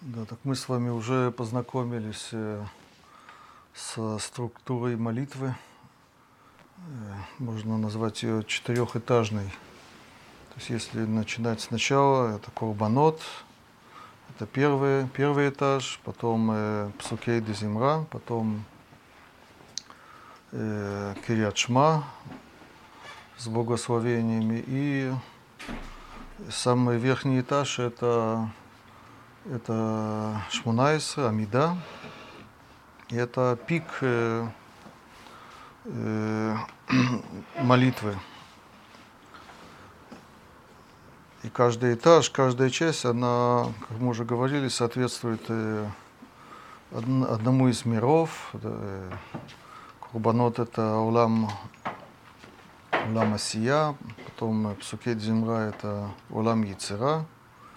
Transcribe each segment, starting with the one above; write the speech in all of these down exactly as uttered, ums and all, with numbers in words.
Да, так мы с вами уже познакомились э, со структурой молитвы. Э, можно назвать ее четырехэтажной. То есть если начинать сначала, это корбанот, это первый, первый этаж, потом э, псукей де зимра, потом э, кирьят шма с благословениями. И самый верхний этаж это, это шмунайс, амида. И это пик э, э, молитвы. И каждый этаж, каждая часть, она, как мы уже говорили, соответствует э, од- одному из миров. Да, Курбанот это улам, улам Асия, потом Псукей Зимра это улам Яцера,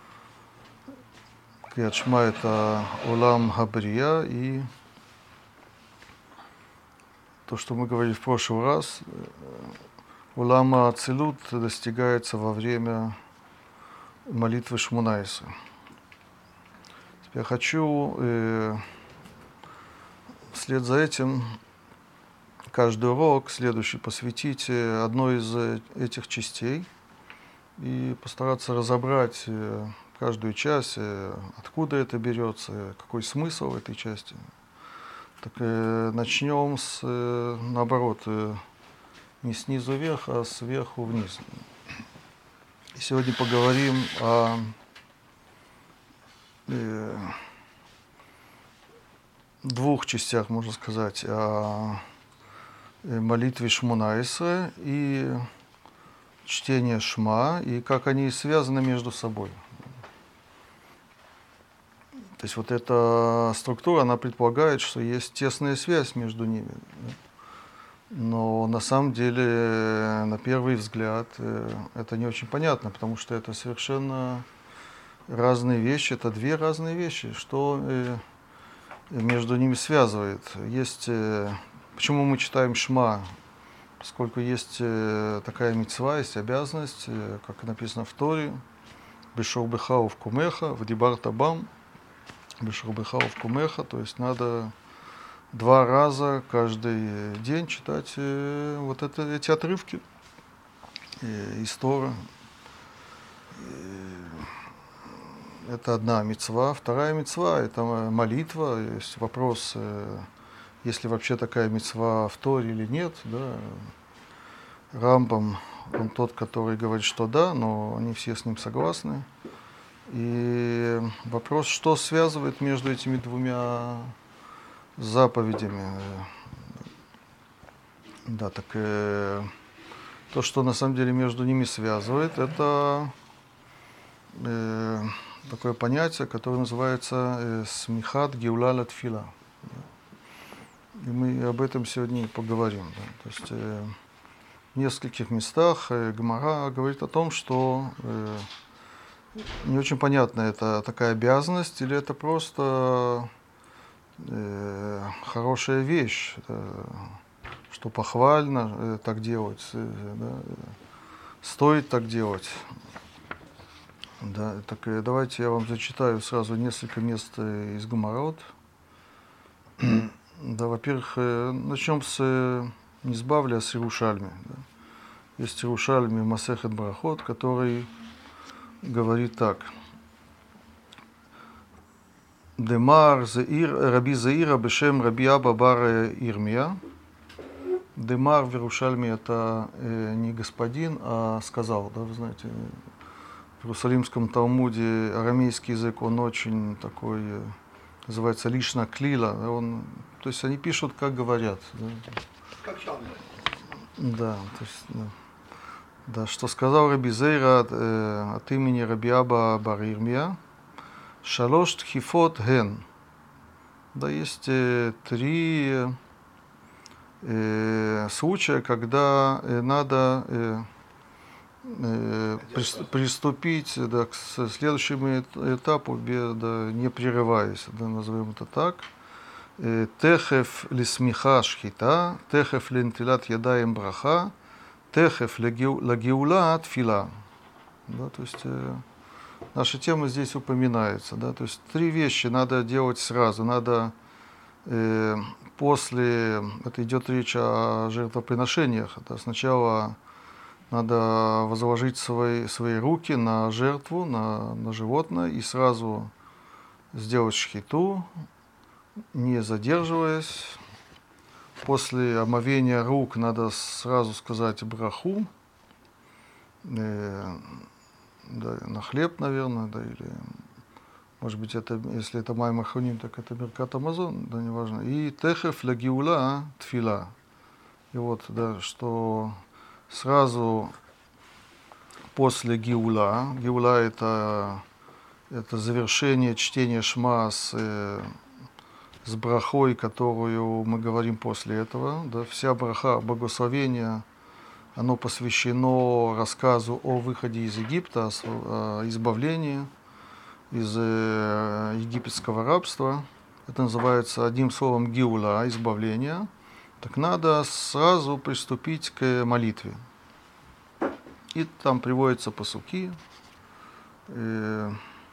Крият Шма это улам Хабрия, и то, что мы говорили в прошлый раз, улам Ацилут достигается во время молитвы Шмунайса. Я хочу э, вслед за этим каждый урок следующий посвятить э, одной из э, этих частей и постараться разобрать э, каждую часть, э, откуда это берется, э, какой смысл этой части. Так э, начнем с, э, наоборот, э, не снизу вверх, а сверху вниз. И сегодня поговорим о э, двух частях, можно сказать, о молитве Шмона-Эсре и чтение Шма, и как они связаны между собой. То есть вот эта структура, она предполагает, что есть тесная связь между ними. Но на самом деле, на первый взгляд, это не очень понятно, потому что это совершенно разные вещи, это две разные вещи. Что между ними связывает? Есть, почему мы читаем Шма? Поскольку есть такая мицва, есть обязанность, как написано в Торе, «Бешор бехау в кумеха, вдибар табам», «Бешор бехау в кумеха», то есть надо два раза каждый день читать вот это, эти отрывки из Торы. Это одна мицва. Вторая мицва – это молитва. Есть вопрос, есть ли вообще такая мицва в Торе или нет. Да. Рамбам, он тот, который говорит, что да, но они все с ним согласны. И вопрос, что связывает между этими двумя заповедями. Да, так э, то, что на самом деле между ними связывает, это э, такое понятие, которое называется э, смихат геула латфила. И мы об этом сегодня и поговорим. Да. То есть э, в нескольких местах э, Гемара говорит о том, что э, не очень понятно, это такая обязанность или это просто э, хорошая вещь, это, что похвально э, так делать, э, да, стоит так делать. Да, так э, давайте я вам зачитаю сразу несколько мест э, из Гемарот. Да, во-первых, э, начнем с э, не с Бавли, а с Иерушальми. Да. Есть Иерушальми Масехет Брахот, который говорит так. Демар Заир, Раби Заира бешем Раби Аба бар Ирмия. Демар в Иерушальме это э, не господин, а сказал. Да, вы знаете, в Иерусалимском Талмуде арамейский язык, он очень такой, э, называется лишна клила. Он, то есть они пишут, как говорят. Да. Как Шалми. Да, то есть, да. Да, что сказал Раби Зейра э, от имени Раби Аба бар Ирмия. Шалош тхифот ген. Да, есть э, три э, случая, когда э, надо э, э, пris- приступить да, к следующему этапу, без, да, не прерываясь, да, назовем это так. Э, Техев лисмиха шхита, техев лентилат ядаем браха, техев лагиула тфила. Да, то есть э, наша тема здесь упоминается. Да? То есть три вещи надо делать сразу. Надо э, после, это идет речь о жертвоприношениях. Это сначала надо возложить свои, свои руки на жертву, на, на животное, и сразу сделать шхиту, не задерживаясь. После омовения рук надо сразу сказать браху, э, да, на хлеб, наверное, да, или, может быть, это, если это Маймер Ахроним, так это Беркат Амазон, да, неважно. И техев ла геула тфила. И вот, да, что сразу после геула, геула это, это завершение чтения шма с, э, с брахой, которую мы говорим после этого, да, вся браха, благословение, оно посвящено рассказу о выходе из Египта, о избавлении из э, египетского рабства. Это называется одним словом геула, избавление. Так надо сразу приступить к молитве. И там приводятся пасуки. Э,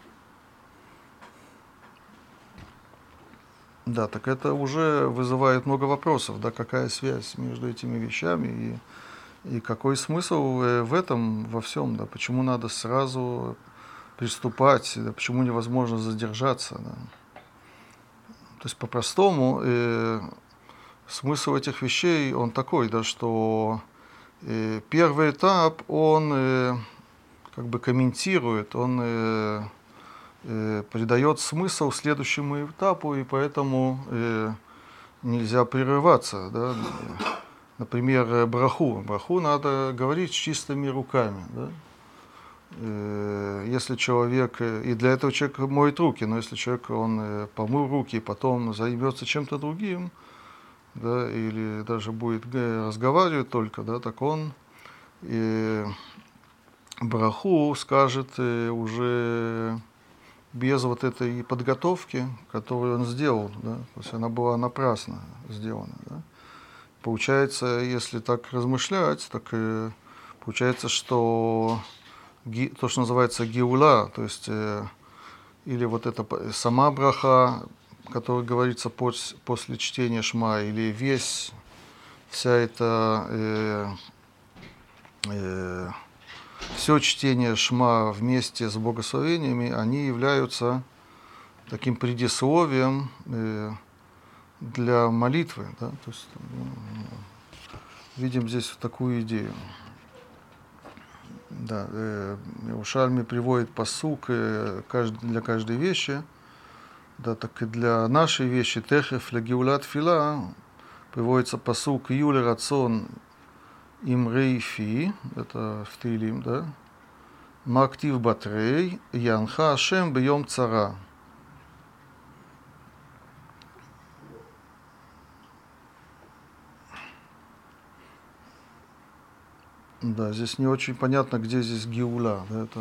да, так это уже вызывает много вопросов, да, какая связь между этими вещами и, и какой смысл в этом во всем, да, почему надо сразу приступать, да, почему невозможно задержаться. Да. То есть по-простому э, смысл этих вещей, он такой, да, что э, первый этап, он э, как бы комментирует, он э, э, придает смысл следующему этапу, и поэтому э, нельзя прерываться. Да. Например, браху. Браху надо говорить с чистыми руками. Да. Если человек, и для этого человек моет руки, но если человек, он помыл руки и потом займется чем-то другим, да, или даже будет разговаривать только, да, так он и браху скажет уже без вот этой подготовки, которую он сделал, да, то есть она была напрасно сделана. Да. Получается, если так размышлять, так получается, что то, что называется геула, то есть э, или вот эта сама браха, которая говорится после, после чтения шма, или весь, вся эта, э, э, все чтение шма вместе с благословениями, они являются таким предисловием э, для молитвы. Да? То есть, э, видим здесь такую идею. Да, э, Иерушалми приводит пасук э, кажд, для каждой вещи. Да, так и для нашей вещи техев ла геула тфила приводится пасук юле рацон имрей фи, это в Теилим, да, мактив батрей янха ашем бьем цара. Да, здесь не очень понятно, где здесь геула. Да, это...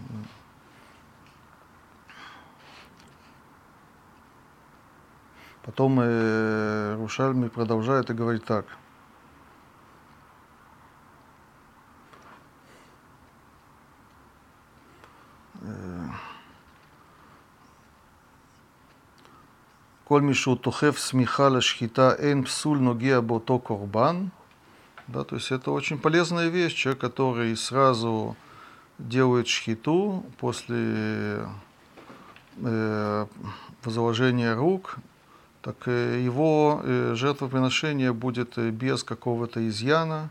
Потом э, Иерушалми продолжает и говорит так. Коль мишу тухев смиха лашхита эн псуль ногеа бото корбан. Да, то есть это очень полезная вещь, человек, который сразу делает шхиту после э, возложения рук, так э, его э, жертвоприношение будет без какого-то изъяна.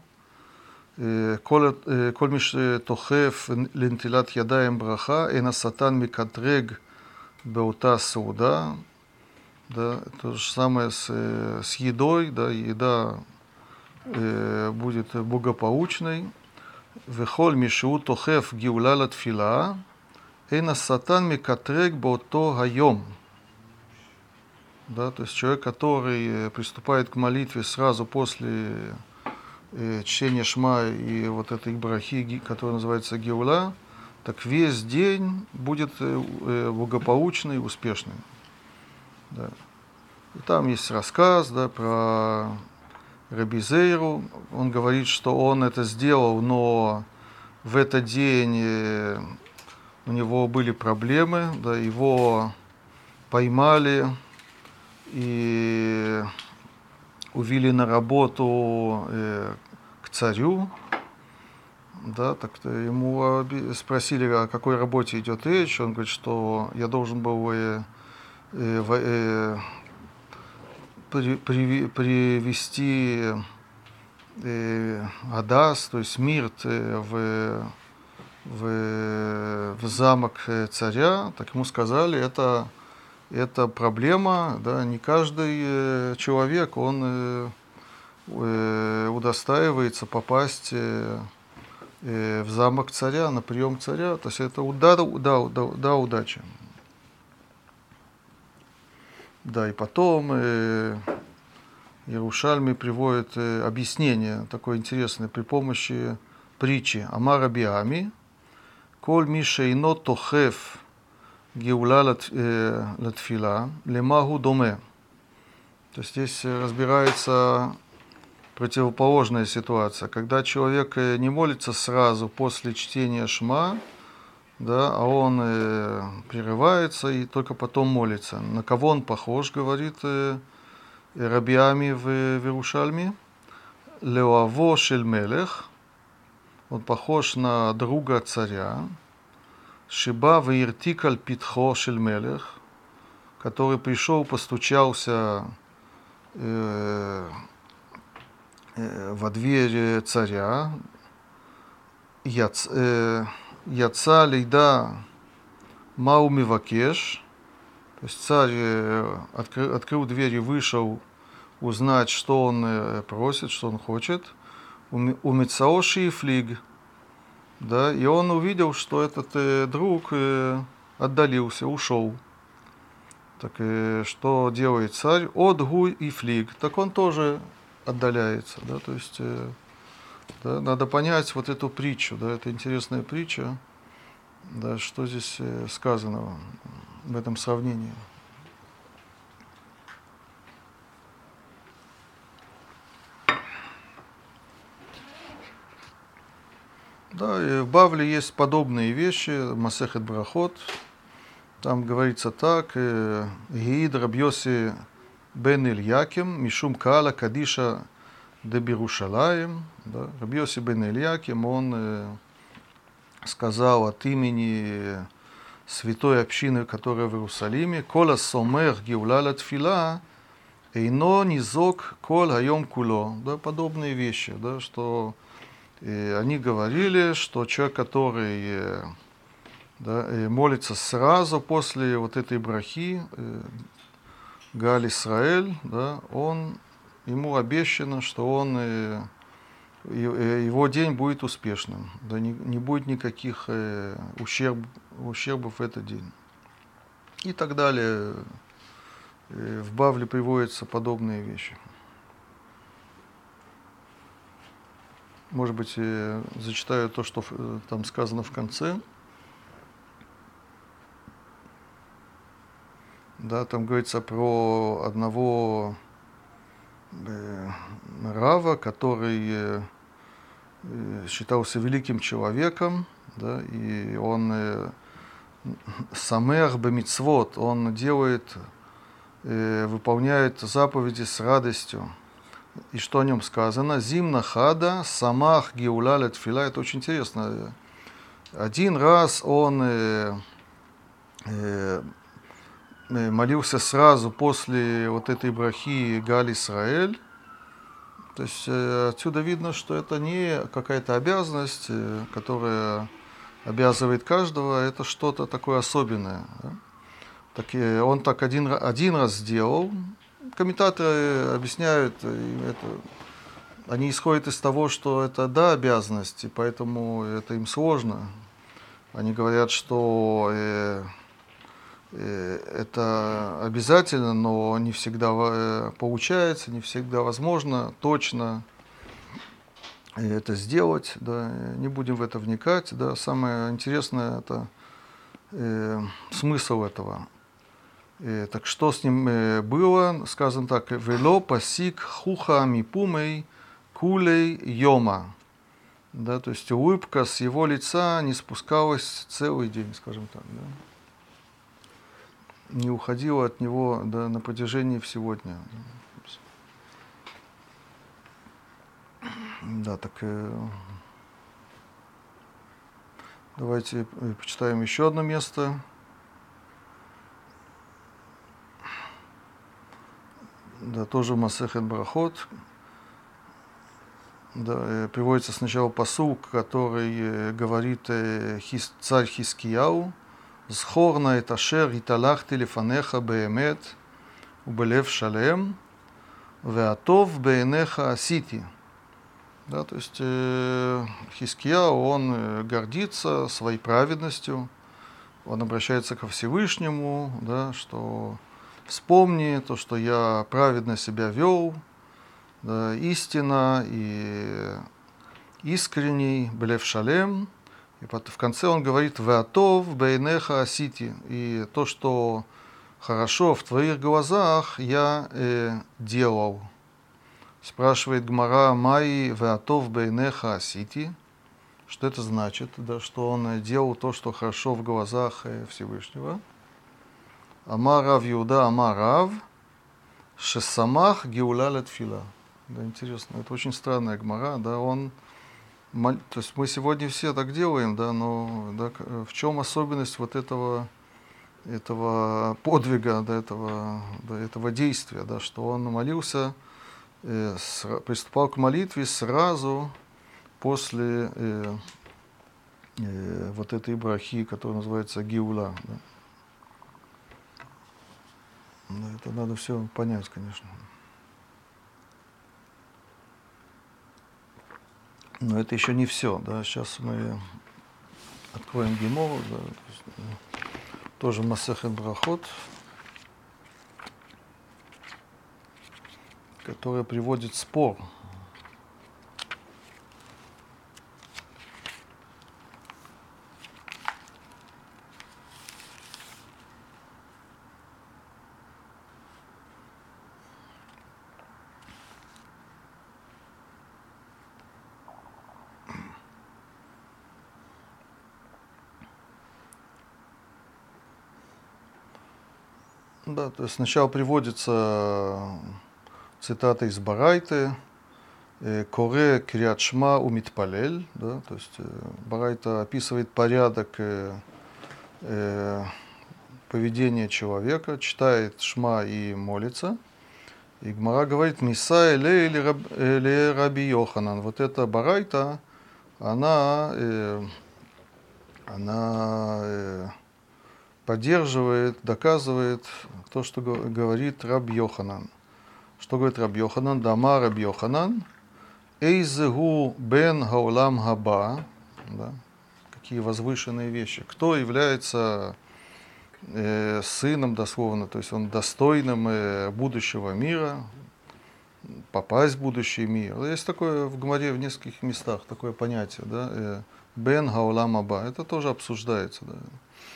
Коль миш тохев лентилат ядаем браха, эна сатан микатрег беута сауда. Да, то же самое с, с едой, да, еда э, будет благополучной. Вехоль мишу тохев геула латфила, эна сатан микатрек бото хайом. Да, то есть человек, который приступает к молитве сразу после э, чтения шма и вот этой брахи, которая называется геула, так весь день будет э, благополучный и успешный. Да. И там есть рассказ, да, про Раби Зейру. Он говорит, что он это сделал, но в этот день у него были проблемы, да, его поймали и увели на работу э, к царю. Да, так ему спросили, о какой работе идет речь. Он говорит, что я должен был э, э, э, при, при, привести э, Адас, то есть Мирт, э, в, в, в замок царя. Так ему сказали, это, это проблема, да, не каждый э, человек, он э, э, удостаивается попасть э, в замок царя, на прием царя, то есть это да, да, да, да, удача. Да, и потом э, Иерушальми приводит э, объяснение такое интересное при помощи притчи Амар Раби Ами, коль ми шейно тохеф геула латфила лемаху доме. То есть здесь разбирается противоположная ситуация, когда человек не молится сразу после чтения Шма, да, а он э, прерывается и только потом молится. На кого он похож, говорит э, Раби Ами в, в Иерушальме? Леоаво шель мелех, он похож на друга царя, Шиба ваиртик аль питхо шель мелех, который пришел, постучался э, во дверь царя, яца лейда мау мивакеш, то есть царь открыл, открыл дверь и вышел узнать, что он просит, что он хочет, у Мицаоши и флиг, да, и он увидел, что этот друг отдалился, ушел. Так что делает царь? От гуй и флиг, так он тоже отдаляется, да, то есть э, да, надо понять вот эту притчу, да, это интересная притча, да, что здесь э, сказано в этом сравнении. Да, и в Бавле есть подобные вещи, Масехет Брахот, там говорится так, Гиид Рабьоси бен Ильяким, Мишум Каала Кадиша де Бирушалаем, да, Раби Йоси бен Ильяким, он э, сказал от имени святой общины, которая в Иерусалиме, «Кола сомех геула тфила, эйно низок кол хайом куло». Да, подобные вещи, да, что э, они говорили, что человек, который э, да, э, молится сразу после вот этой брахи, э, Галь Исраэль, да, он, ему обещано, что он, э, его день будет успешным, да, не, не будет никаких э, ущерб, ущербов в этот день. И так далее. Э, в Бавле приводятся подобные вещи. Может быть, э, зачитаю то, что э, там сказано в конце. Да, там говорится про одного э, рава, который э, считался великим человеком, да, и он э, самех бемицвот, он делает, э, выполняет заповеди с радостью. И что о нем сказано? Зимна хада самах геула летфила. Это очень интересно. Один раз он э, э, молился сразу после вот этой брахи Галь Исраэль. То есть э, отсюда видно, что это не какая-то обязанность, э, которая обязывает каждого, это что-то такое особенное. Да? Так, э, он так один, один раз сделал. Комментаторы объясняют, э, это, они исходят из того, что это да, обязанность, и поэтому это им сложно. Они говорят, что э, это обязательно, но не всегда получается, не всегда возможно точно это сделать. Да. Не будем в это вникать. Да. Самое интересное – это э, смысл этого. Э, так что с ним э, было? Сказано так: «Вело пасик хуха мипумей кулей йома». Да, то есть улыбка с его лица не спускалась целый день, скажем так, да. Не уходила от него, да, на протяжении всего дня. Да, так э, давайте э, почитаем еще одно место. Да, тоже Масехет Брахот. Да, э, приводится сначала пасук, который э, говорит э, хис, царь Хискияу: «Зхорна эт ашер италахти лефанеха беэмет убелев шалем, веатов беэнеха асити». Да, то есть э, Хискияу, он э, гордится своей праведностью, он обращается ко Всевышнему, да, что вспомни то, что я праведно себя вел, да, истина и искренний, белев шалем. И в конце он говорит: «Веатов бейнеха асити». И то, что хорошо в твоих глазах, я э, делал. Спрашивает Гмара: «Май веатов бейнеха асити». Что это значит? Да, что он делал то, что хорошо в глазах э, Всевышнего. Амар Рав Иуда, Амар Рав, шесамах геула летфила. Да, интересно, это очень странная гмара, да, он, то есть мы сегодня все так делаем, да, но да, в чем особенность вот этого, этого подвига, да, этого, да, этого действия, да, что он молился, э, с, приступал к молитве сразу после э, э, вот этой брахи, которая называется геула. Да. Да, это надо все понять, конечно. Но это еще не все, да. Сейчас мы откроем Гемору, да, то есть, тоже Масехет Брахот, которая приводит спор. Да, то есть сначала приводится цитата из Барайты: «Коре криат шма умитпалель». Да, то есть Барайта описывает порядок э, э, поведения человека, читает шма и молится. И Гмара говорит: «Миса эле или Раби Йоханан». Вот эта Барайта, она, э, она э, поддерживает, доказывает то, что говорит Раб Йоханан. Что говорит Раб Йоханан? Дама Раб Йоханан: «Эйзегу бен хаулам хаба». Да? Какие возвышенные вещи. Кто является э, сыном, дословно, то есть он достойным э, будущего мира, попасть в будущий мир. Есть такое в Гмаре в нескольких местах такое понятие, да, э, бен хаулам хаба. Это тоже обсуждается, да.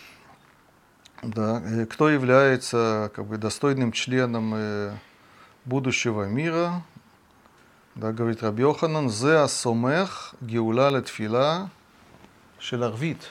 Да, кто является как бы достойным членом э, будущего мира, да, говорит Раби Йоханан: «Зе асомех геула летфила шел арвит».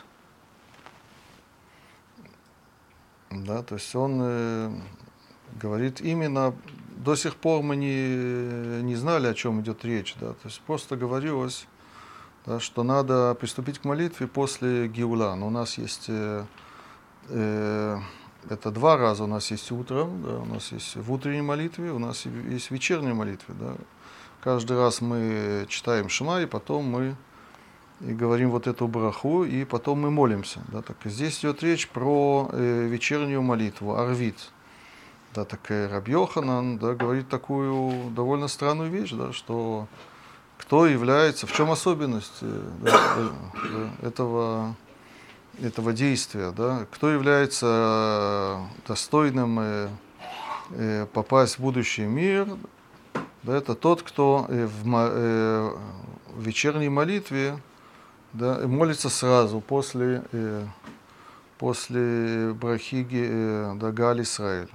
Да, то есть он э, говорит именно, до сих пор мы не, не знали, о чем идет речь, да, то есть просто говорилось, да, что надо приступить к молитве после геула. Но у нас есть э, э, это два раза. У нас есть утром, да, у нас есть в утренней молитве, у нас есть в вечерней молитве. Да. Каждый раз мы читаем Шма, и потом мы и говорим вот эту браху, и потом мы молимся. Да. Так, здесь идет речь про э, вечернюю молитву, арвит. Да, так Раб Йоханан, да, говорит такую довольно странную вещь, да, что кто является, в чем особенность э, да, да, этого... этого действия, да, кто является достойным э, э, попасть в будущий мир, да, это тот, кто э, в, э, в вечерней молитве, да, молится сразу после, э, после брахи э, да, Галь Исраэль.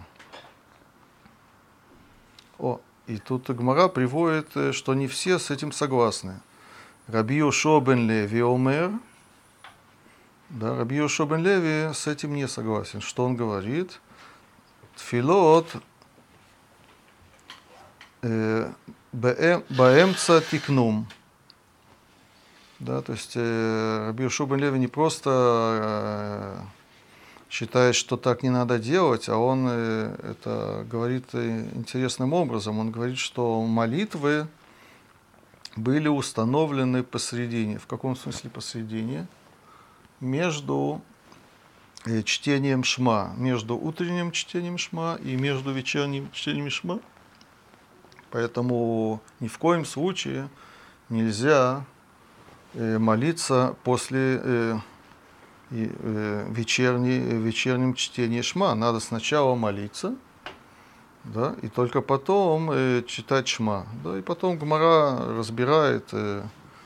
О, и тут Гмара приводит, что не все с этим согласны. Раби Йошуа бен Леви омер, да, Раби Йошуа бен Леви с этим не согласен. Что он говорит? Тфилот э, баэмца тикнум. Да, то есть э, Раби Йошуа бен Леви не просто э, считает, что так не надо делать, а он э, это говорит э, интересным образом. Он говорит, что молитвы были установлены посередине. В каком смысле посередине? Между э, чтением Шма, между утренним чтением Шма и между вечерним чтением Шма. Поэтому ни в коем случае нельзя э, молиться после э, э, вечерней, вечернем чтении Шма. Надо сначала молиться, да, и только потом э, читать Шма. Да, и потом Гемара разбирает, э,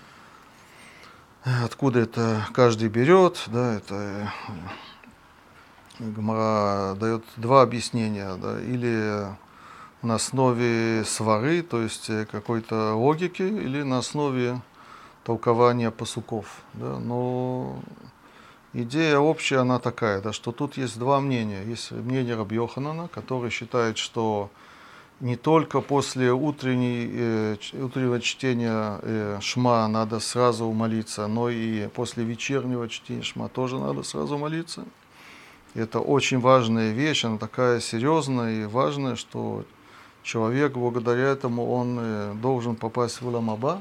откуда это каждый берет. Да, это э, Гемара дает два объяснения. Да, или на основе свары, то есть какой-то логики, или на основе толкования пасуков. Да, но идея общая, она такая, да, что тут есть два мнения. Есть мнение Раби Йоханана, который считает, что не только после утренней, э, утреннего чтения э, Шма надо сразу молиться, но и после вечернего чтения Шма тоже надо сразу молиться. И это очень важная вещь, она такая серьезная и важная, что человек благодаря этому он э, должен попасть в Олам Аба.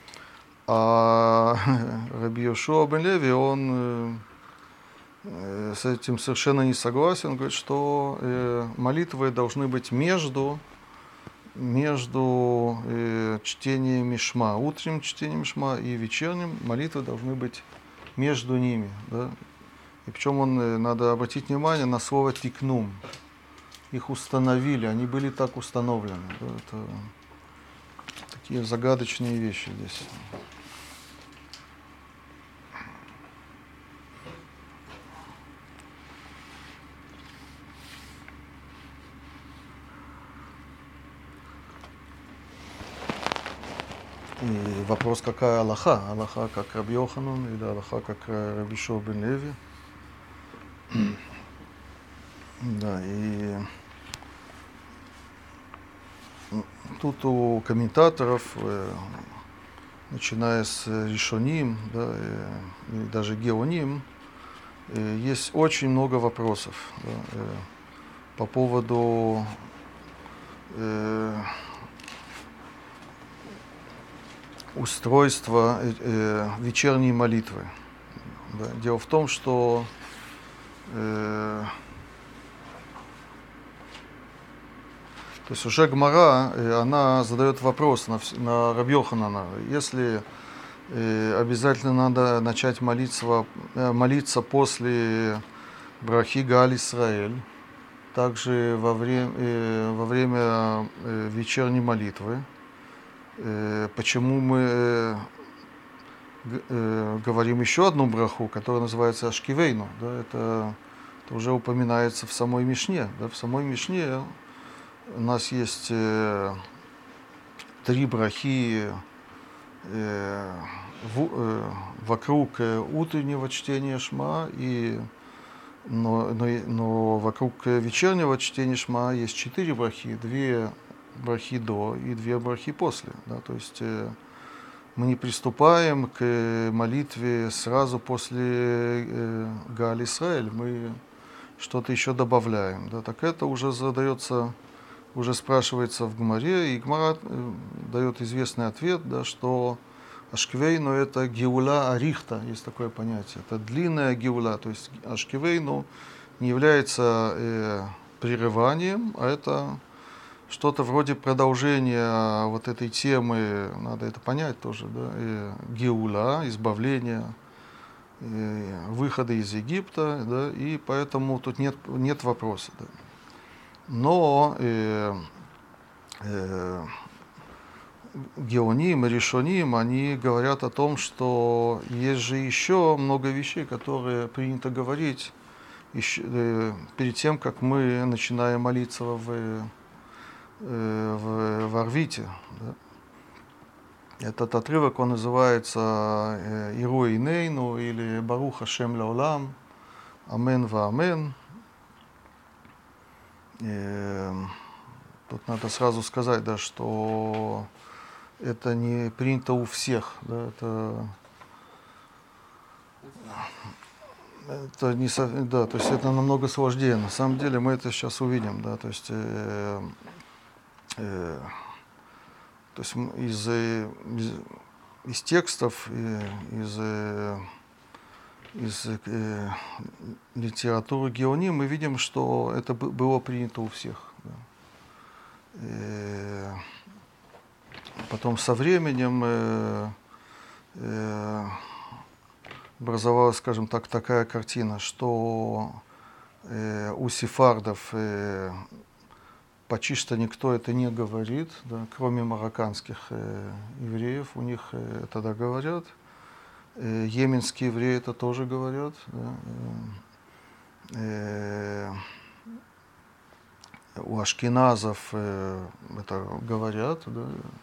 А Раби Йошуа бен Леви, он э, э, с этим совершенно не согласен. Он говорит, что э, молитвы должны быть между между э, чтением Шма, утренним чтением Шма и вечерним, молитвы должны быть между ними. Да? И причем он, э, надо обратить внимание на слово «тикнум». Их установили, они были так установлены. Да? Это такие загадочные вещи здесь. И вопрос, какая алаха? Алаха как Раби Йоханан или алаха как Раби Йошуа бен Леви? Да, и тут у комментаторов, начиная с Ришоним, да, и даже Геоним, есть очень много вопросов, да, по поводу э, устройства э, вечерней молитвы. Да. Дело в том, что э, то есть уже Гемара, она задает вопрос на, на Раби Йоханана. Если э, обязательно надо начать молиться, э, молиться после брахи Гааль Исраэль, также во время, э, во время э, вечерней молитвы, э, почему мы э, э, говорим еще одну браху, которая называется Ашкивейну? Да, это, это уже упоминается в самой Мишне. Да, в самой Мишне у нас есть э, три брахи э, в, э, вокруг э, утреннего чтения Шма, и, но, но, но вокруг вечернего чтения Шма есть четыре брахи, две брахи до и две брахи после. Да, то есть э, мы не приступаем к молитве сразу после э, Гааль Исраэль, мы что-то еще добавляем. Да, так это уже задается, уже спрашивается в Гемаре, и Гемара э, дает известный ответ, да, что Ашкивейну это геула арихта, есть такое понятие. Это длинная геула, то есть Ашкивейну не является э, прерыванием, а это что-то вроде продолжения вот этой темы, надо это понять тоже, да, э, геула, избавление, э, выхода из Египта, да, и поэтому тут нет, нет вопроса. Да. Но э, э, Геоним и Ришоним, они говорят о том, что есть же еще много вещей, которые принято говорить еще, э, перед тем, как мы начинаем молиться в, э, в, в Арвите. Да. Этот отрывок, он называется «Ируи Нейну» или «Барух Ашем Лаолам», «Амен ва Амен». Тут надо сразу сказать, да, что это не принято у всех, да, это, это не сов- да, то есть это намного сложнее. На самом деле мы это сейчас увидим, да, то есть, э, э, то есть из, из, из текстов, из, из э, литературы Геони мы видим, что это было принято у всех. Да. И потом со временем э, э, образовалась, скажем так, такая картина, что э, у сефардов э, почти что никто это не говорит, да, кроме марокканских э, евреев, у них э, тогда говорят. Э, йеменские евреи это тоже говорят. Да, э, у ашкеназов э, это говорят, да,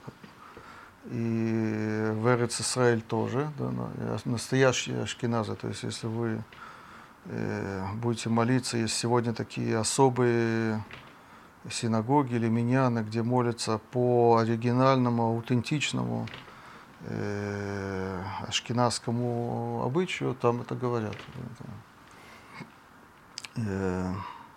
и в Эрец-Исраэль тоже, да, настоящие ашкеназы, то есть если вы э, будете молиться, есть сегодня такие особые синагоги или миньяны, где молятся по оригинальному, аутентичному э, ашкеназскому обычаю, там это говорят. Э,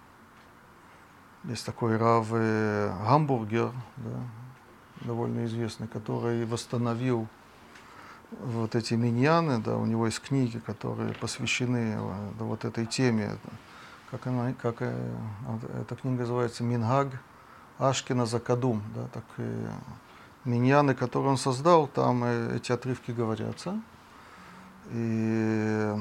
есть такой Рав э, Гамбургер, да, довольно известный, который восстановил вот эти миньяны, да, у него есть книги, которые посвящены да, вот этой теме, как она, как э, эта книга называется «Минхаг Ашкеназа Кадум», да, так э, миньяны, которые он создал, там э, эти отрывки говорятся. И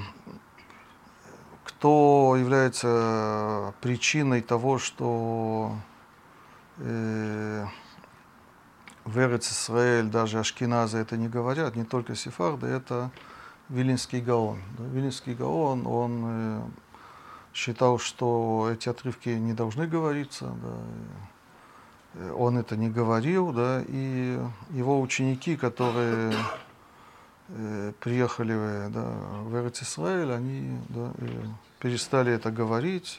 кто является причиной того, что э, в Эрец-Исраэль даже ашкеназы это не говорят, не только сефарды, это Вилинский Гаон. Да, Вилинский Гаон, он э, считал, что эти отрывки не должны говориться, да, он это не говорил, да, и его ученики, которые э, приехали да, в Эрец-Исраэль, они да, перестали это говорить,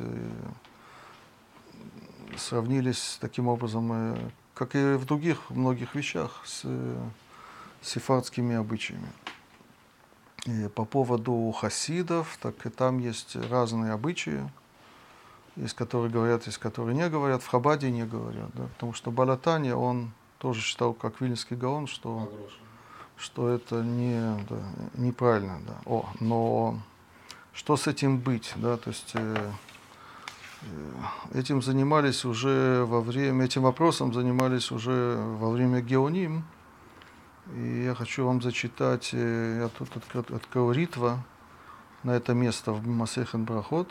сравнились таким образом, э, как и в других многих вещах, с э, сефардскими обычаями. И по поводу хасидов, так и там есть разные обычаи. Есть, которые говорят, есть, которые не говорят. В Хабаде не говорят, да, потому что Балатани, он тоже считал, как Вильнский Гаон, что, что это не, да, неправильно. Да. О, но что с этим быть? Да, то есть, э, э, этим занимались уже во время, этим вопросом занимались уже во время Геоним. И я хочу вам зачитать, э, я тут открыл, открыл Ритва на это место в Масехет Брахот.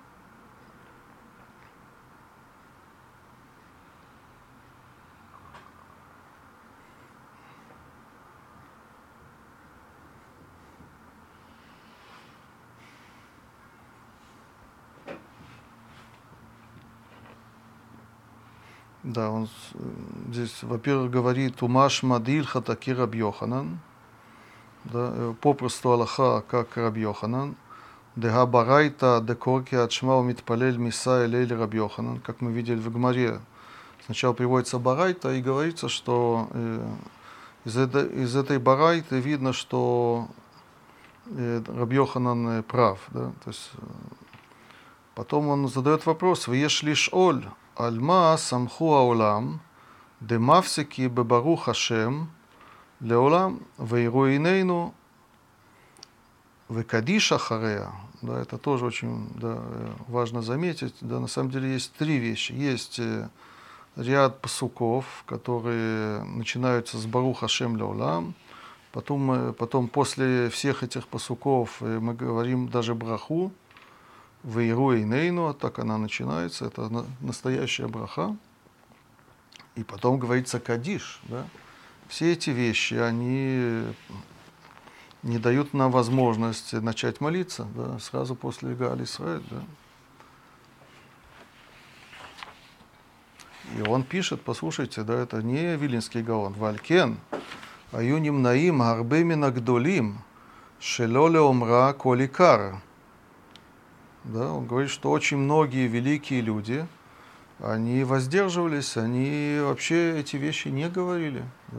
Да, он здесь, во-первых, говорит «Умаш мадиль хатаки Раб Йоханан», да, попросту Аллаха, как Раб Йоханан, «Дега барайта декорки отшма умитпалель миса элель Раб Йоханан», как мы видели в Гмаре. Сначала приводится барайта и говорится, что э, из, это, из этой барайты видно, что э, Раб Йоханан прав. Да, то есть, э, потом он задает вопрос «Веш лиш оль альма самху аулам демавсики бебарух Ашем леолам вейруинейну векадиш ахарея». Да, это тоже очень да, важно заметить. Да, на самом деле есть три вещи. Есть э, ряд пасуков, которые начинаются с Барух Ашем леолам. Потом, потом после всех этих пасуков мы говорим даже браху, вейруинейну, так она начинается, это настоящая браха. И потом говорится кадиш. Да? Все эти вещи, они не дают нам возможность начать молиться да, сразу после Гааль Исраэль. Да? И он пишет, послушайте, да, это не Вилинский Гаон, Валькен, היו נמנעים הרבה מן הגדולים שלא לאומרה כל עיקר. Да, он говорит, что очень многие великие люди, они воздерживались, они вообще эти вещи не говорили.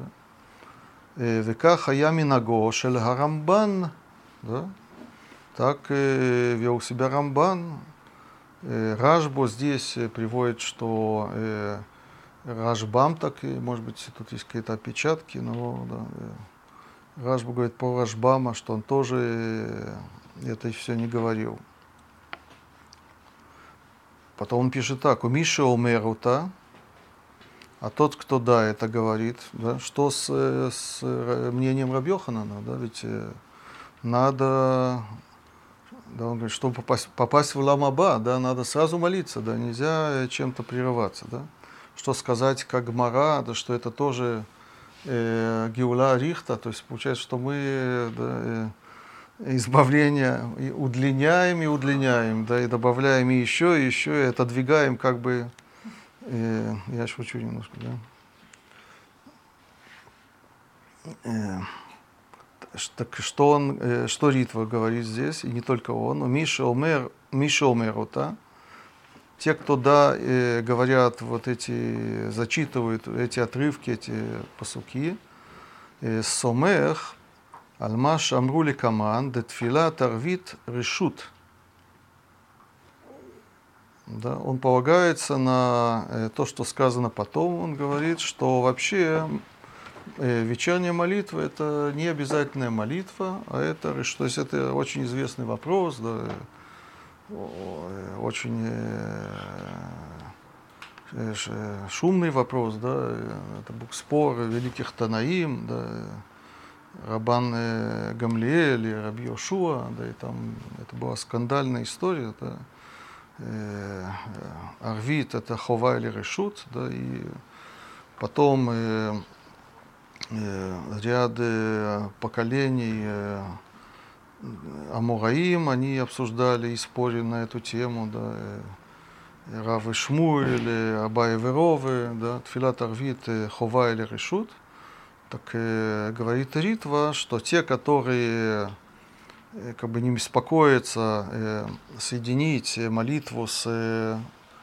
וכך היה מנהגו של הרמב"ן, да? Так э, вел себя Рамбан. Э, Рашбо здесь приводит, что э, Рашбам, так и, может быть, тут есть какие-то опечатки, но да, э, Рашбо говорит про Рашбама, что он тоже э, это все не говорил. Потом он пишет так: у Миши Омерута, а тот, кто да, это говорит, да, что с, с мнением Раби Йоханана, да, ведь э, надо, да, он говорит, чтобы попасть, попасть в Олам аба, да, надо сразу молиться, да, нельзя чем-то прерываться, да. Что сказать, как Гмара, да, что это тоже э, Геула Рихта, то есть получается, что мы да, э, избавление и удлиняем и удлиняем, да, и добавляем и еще, и еще, и отодвигаем как бы, э, я шучу немножко, да. Э, так что он, э, что Ритва говорит здесь, и не только он, но Миша Омер, Миша Омерута, те, кто, да, э, говорят вот эти, зачитывают эти отрывки, эти пасуки, э, Сомех, Алмаш Амрули Каман, Детфила Тарвит Решут. Да, он полагается на э, то, что сказано потом. Он говорит, что вообще э, вечерняя молитва это не обязательная молитва, а это, то есть это очень известный вопрос, да, очень э, шумный вопрос, да, это был спор великих Танаим, да, Рабан Гамлиэль и Раби Йошуа, да, и там это была скандальная история, да, э, Арвит это хова или решут, да, и потом э, э, ряд э, поколений э, Амураим, они обсуждали и спорили на эту тему, да, э, Рав и Шмуэль, Абай и Веровы, да, Тфилат Арвит э, хова или решут. Так э, говорит Ритва, что те, которые э, как бы не беспокоятся э, соединить молитву с, э,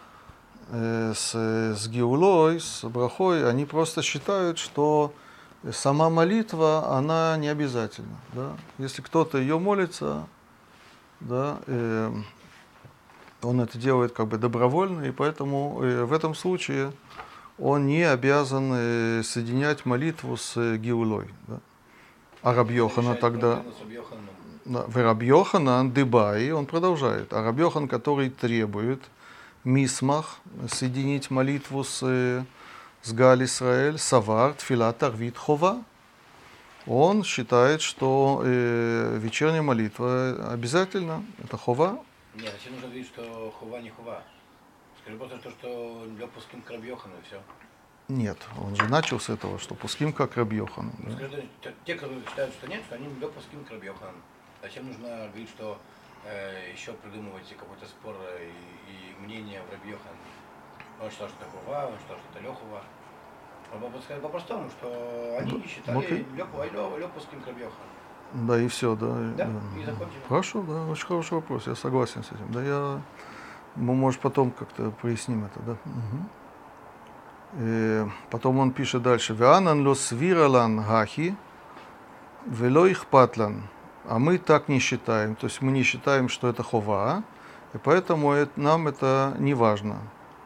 с, с Геулой, с Брахой, они просто считают, что сама молитва, она не обязательна. Да? Если кто-то ее молится, да, э, он это делает как бы добровольно, и поэтому э, в этом случае он не обязан э, соединять молитву с э, Геулой. Да? А Раби Йоханан тогда... Да, в Раби Йоханан Дебай, он продолжает. А Раби Йохан, который требует мисмах, соединить молитву с, э, с Галь Исраэль, Савар, Тфилат Арвит Хова, он считает, что э, вечерняя молитва обязательно, это Хова. Нет, зачем нужно говорить, что Хова не Хова? Скажи просто то, что лёг пуским к Раби Йохану, и все. Нет, он же начал с этого, что пуским как Раби Йохану. Ну, да? Скажи, те, которые считают, что нет, что они лёг пуским к Раби Йохану. Зачем нужно говорить, что э, еще придумываете какой-то спор и, и мнение в Раби Йохану? Он считал, что это Хова, он считал, что это Лёхова. Он бы сказать по-простому, что они да, считали лёг пуским к Раби Йохану. Да, и все, да. Да, да. и закончили. Хорошо, да, очень хороший вопрос, я согласен с этим. Да, я, мы, может, потом как-то проясним это, да. Угу. И потом он пишет дальше. Веанан ло свиралан гахи, вело ихпатлан. А мы так не считаем, то есть мы не считаем, что это хова, и поэтому это, нам это не важно.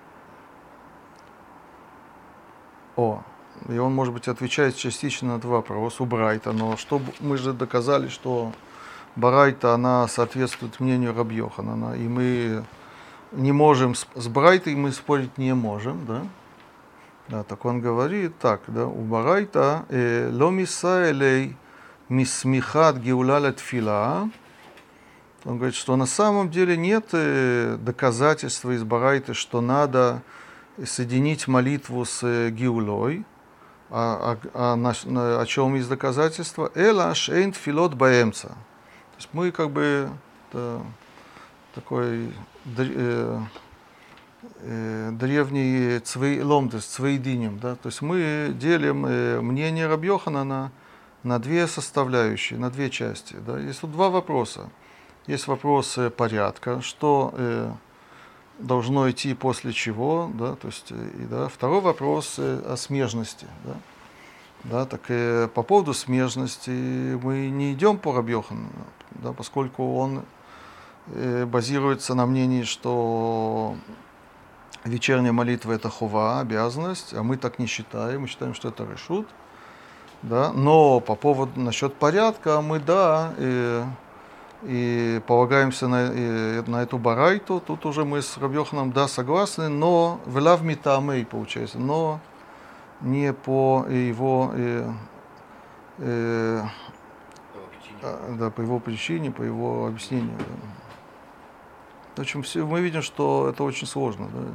О, и он, может быть, отвечает частично на этот вопрос у Брайта, но что, мы же доказали, что Барайта, она соответствует мнению Раби Йоханана, и мы не можем, с Брайтой мы спорить не можем, да? Да, так он говорит так, да, у Барайта ло миса элей мисмихат геула латфила. Он говорит, что на самом деле нет доказательства из Барайты, что надо соединить молитву с геулой. А, а, а на, на, о чем есть доказательства? Эла шейн тфилот баэмца. То есть мы как бы это, такой э, э, древний цвей, ломдес, цвейдинем, да? То есть мы делим э, мнение Раби Йоханана на две составляющие, на две части. Да. Есть тут два вопроса. Есть вопрос э, порядка, что э, должно идти после чего, да, то есть, и, да. Второй вопрос э, о смежности. Да. Да, так и по поводу смежности мы не идем по Раби Йоханану, да, поскольку он э, базируется на мнении, что вечерняя молитва это хова, обязанность, а мы так не считаем, мы считаем, что это решут. Да, но по поводу насчет порядка мы да и, и полагаемся на, и, на эту барайту. Тут уже мы с Раби Йохананом да согласны, но велав митамей получается, но не по его э, э, а, да, по его причине, по его объяснению. Да. В общем, все, мы видим, что это очень сложно. Да.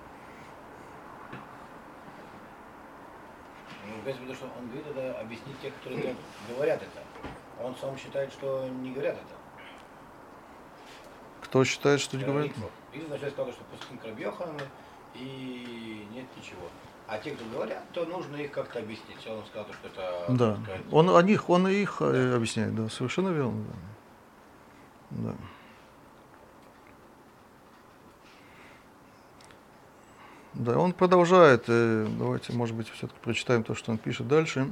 Имеется в виду, что он говорит это объяснить тех, которые говорят это. А он сам считает, что не говорят это. Кто считает, что не говорят? И вначале сказал, что пуским Раби Йоханану и нет ничего. А те, кто говорят, то нужно их как-то объяснить. Он сказал, что это... Да, сказать, он о них, он и их да. э, объясняет, да, совершенно верно. Да. Да. Да, он продолжает, э, давайте, может быть, все-таки прочитаем то, что он пишет дальше.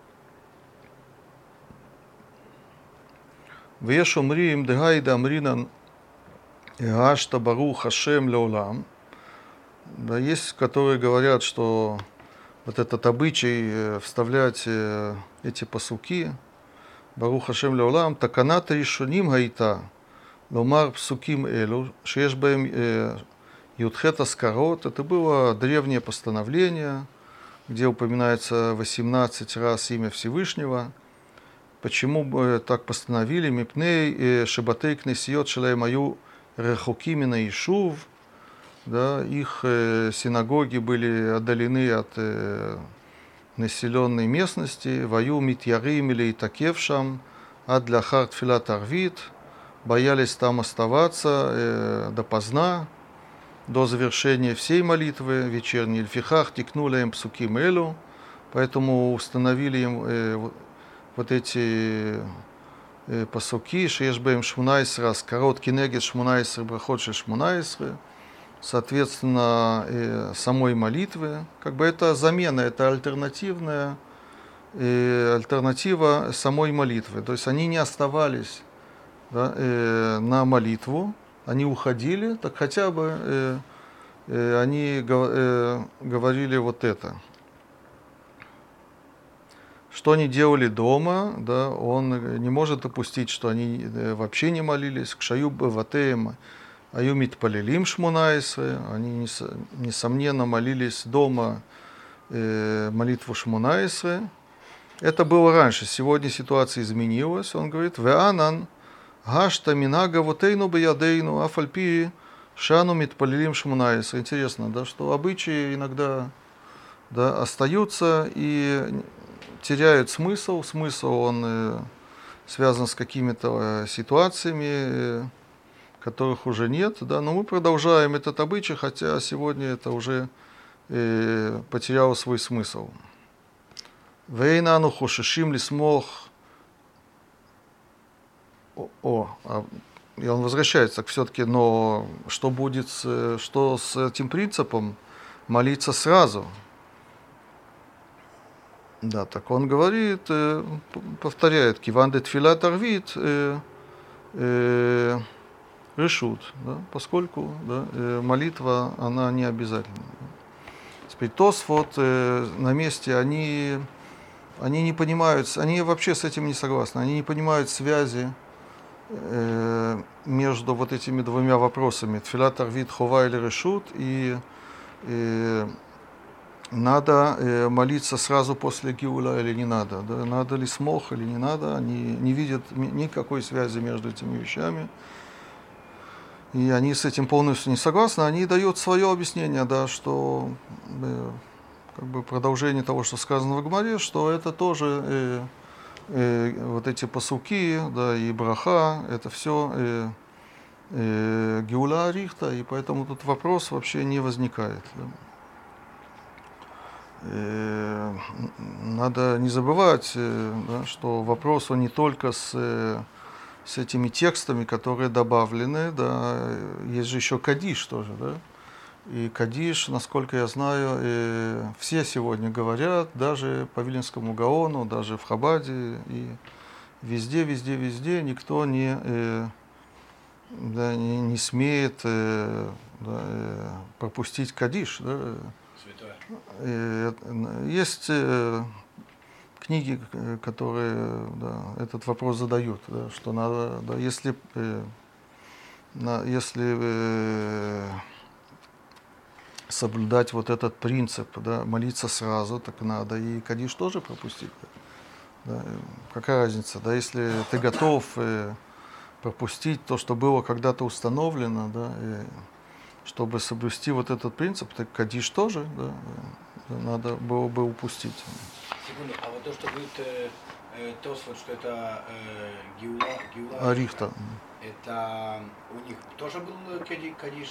Веш омрим дегайда амринан гашта барух Хашем леолам. Да, есть, которые говорят, что вот этот обычай э, вставлять э, эти пасуки, барух Хашем леолам, таканат ришоним гаита, ломар псуким элу, шеш бэм э, Юдхет Аскарот, это было древнее постановление, где упоминается восемнадцать раз имя Всевышнего. Почему бы так постановили? Мипней шебатей кнесиот шелаем аю рехукимина ишув. Да, их э, синагоги были отдалены от э, населенной местности. Ваю митьярим или итакевшам, ад для харт филат арвит. Боялись там оставаться э, допоздна, до завершения всей молитвы вечерней. Льфихах тикнули им псуким элю, поэтому установили им э, вот эти э, пасуки, шеешбэм шмунайсра, короткий негет шмунайсра, брахот шмунайсра, соответственно, э, самой молитвы. Как бы это замена, это альтернативная э, альтернатива самой молитвы. То есть они не оставались да, э, на молитву, они уходили, так хотя бы э, э, они э, говорили вот это. Что они делали дома, да, он не может допустить, что они э, вообще не молились. Кшаю баватеем аюмит палилим шмунайсры, они несомненно молились дома э, молитву шмунайсры. Это было раньше, сегодня ситуация изменилась. Он говорит, веанан гашта минага вотейну беядейну афальпи шану митпалилим шмунайс. Интересно, да, что обычаи иногда да, остаются и теряют смысл. Смысл он э, связан с какими-то э, ситуациями, э, которых уже нет. Да, но мы продолжаем этот обычай, хотя сегодня это уже э, потеряло свой смысл. Вейнану хошишим лисмох. О, а, и он возвращается все-таки, но что будет, с, что с этим принципом молиться сразу? Да, так он говорит, э, повторяет, киванде тфилат арвит э, э, решут, да, поскольку да, э, молитва, она не обязательна. Теперь Тосфот э, на месте, они, они не понимают, они вообще с этим не согласны, они не понимают связи между вот этими двумя вопросами, тфилат арвит хова или решут, и, и надо молиться сразу после гиула или не надо, да? Надо ли смох или не надо, они не видят никакой связи между этими вещами, и они с этим полностью не согласны, они дают свое объяснение, да, что как бы продолжение того, что сказано в Гмаре, что это тоже э, э, вот эти пасуки, да, и браха, это все э, э, геула арихта, и поэтому тут вопрос вообще не возникает. Да. Э, надо не забывать, э, да, что вопрос он не только с, э, с этими текстами, которые добавлены, да, э, есть же еще кадиш тоже, да. И кадиш, насколько я знаю, э, все сегодня говорят, даже по Виленскому Гаону, даже в Хабаде, и везде, везде, везде никто не, э, да, не, не смеет э, да, э, пропустить кадиш. Да. Святое. Э, есть э, книги, э, которые да, этот вопрос задают, да, что надо, да, если, э, на, если э, соблюдать вот этот принцип, да, молиться сразу, так надо и кадиш тоже пропустить. Да. Какая разница, да, если ты готов э, пропустить то, что было когда-то установлено, да, и чтобы соблюсти вот этот принцип, так кадиш тоже, да, да, надо было бы упустить. Секунду, а вот то, что говорит э, э, Тосфот, что это э, Геула, Геула Арихта. это у них тоже был кади- кадиш?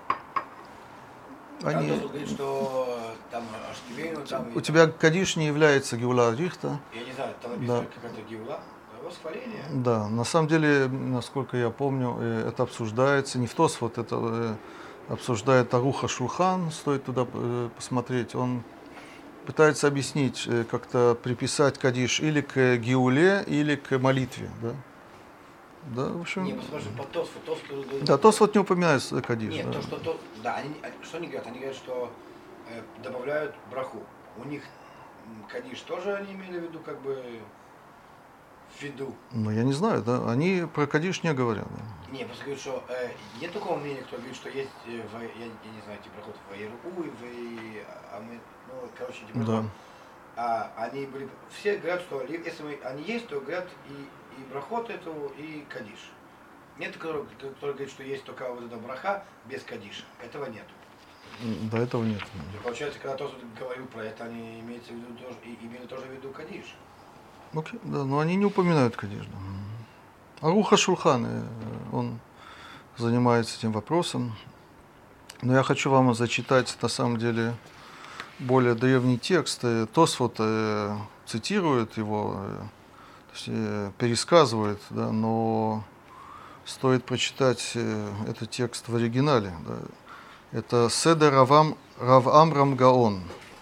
Там Они, Тосфот говорит, что там Ашкивейну, там... у и тебя там- кадиш не является геула арихта. Я не знаю, там написано Да. какая-то Геула, восхваление. Да, на самом деле, насколько я помню, э, это обсуждается не в Тосфот, это э, обсуждает Аруха Шулхан, стоит туда э, посмотреть. Он пытается объяснить, э, как-то приписать кадиш или к геуле, или к молитве. Да, да в общем. Не, посмотри, по Тосфот, Тосфот... Да, Тосфот не упоминается кадиш. Нет, Да. то, что то, да, они, они- что они говорят? Они говорят, что э, добавляют браху. У них м, кадиш тоже они имели в виду, как бы в виду. Ну, я не знаю, да, они про кадиш не говорят. Да. Не, просто говорят, что э, нет такого мнения, кто говорит, что есть, э, в, я, я не знаю, эти брахот в Иеру и в а мы, ну, короче, эти брахот. Да. А они были, все говорят, что ли- если мы, они есть, то говорят и, и брахот эту, и кадиш. Нет, который, который говорит, что есть только вот эта браха без кадиша. Этого нет. До этого нет. И получается, когда тот говорил про это, они имеются в виду тоже, и имели тоже в виду кадиш. Окей, да, но они не упоминают, конечно. Аруха Шулхан, э, он занимается этим вопросом. Но я хочу вам зачитать, на самом деле, более древний текст. Э, Тосфот э, цитирует его, э, то есть, э, пересказывает, да, но стоит прочитать э, этот текст в оригинале. Да. Это Седер Равам, Рав Амрам Гаон,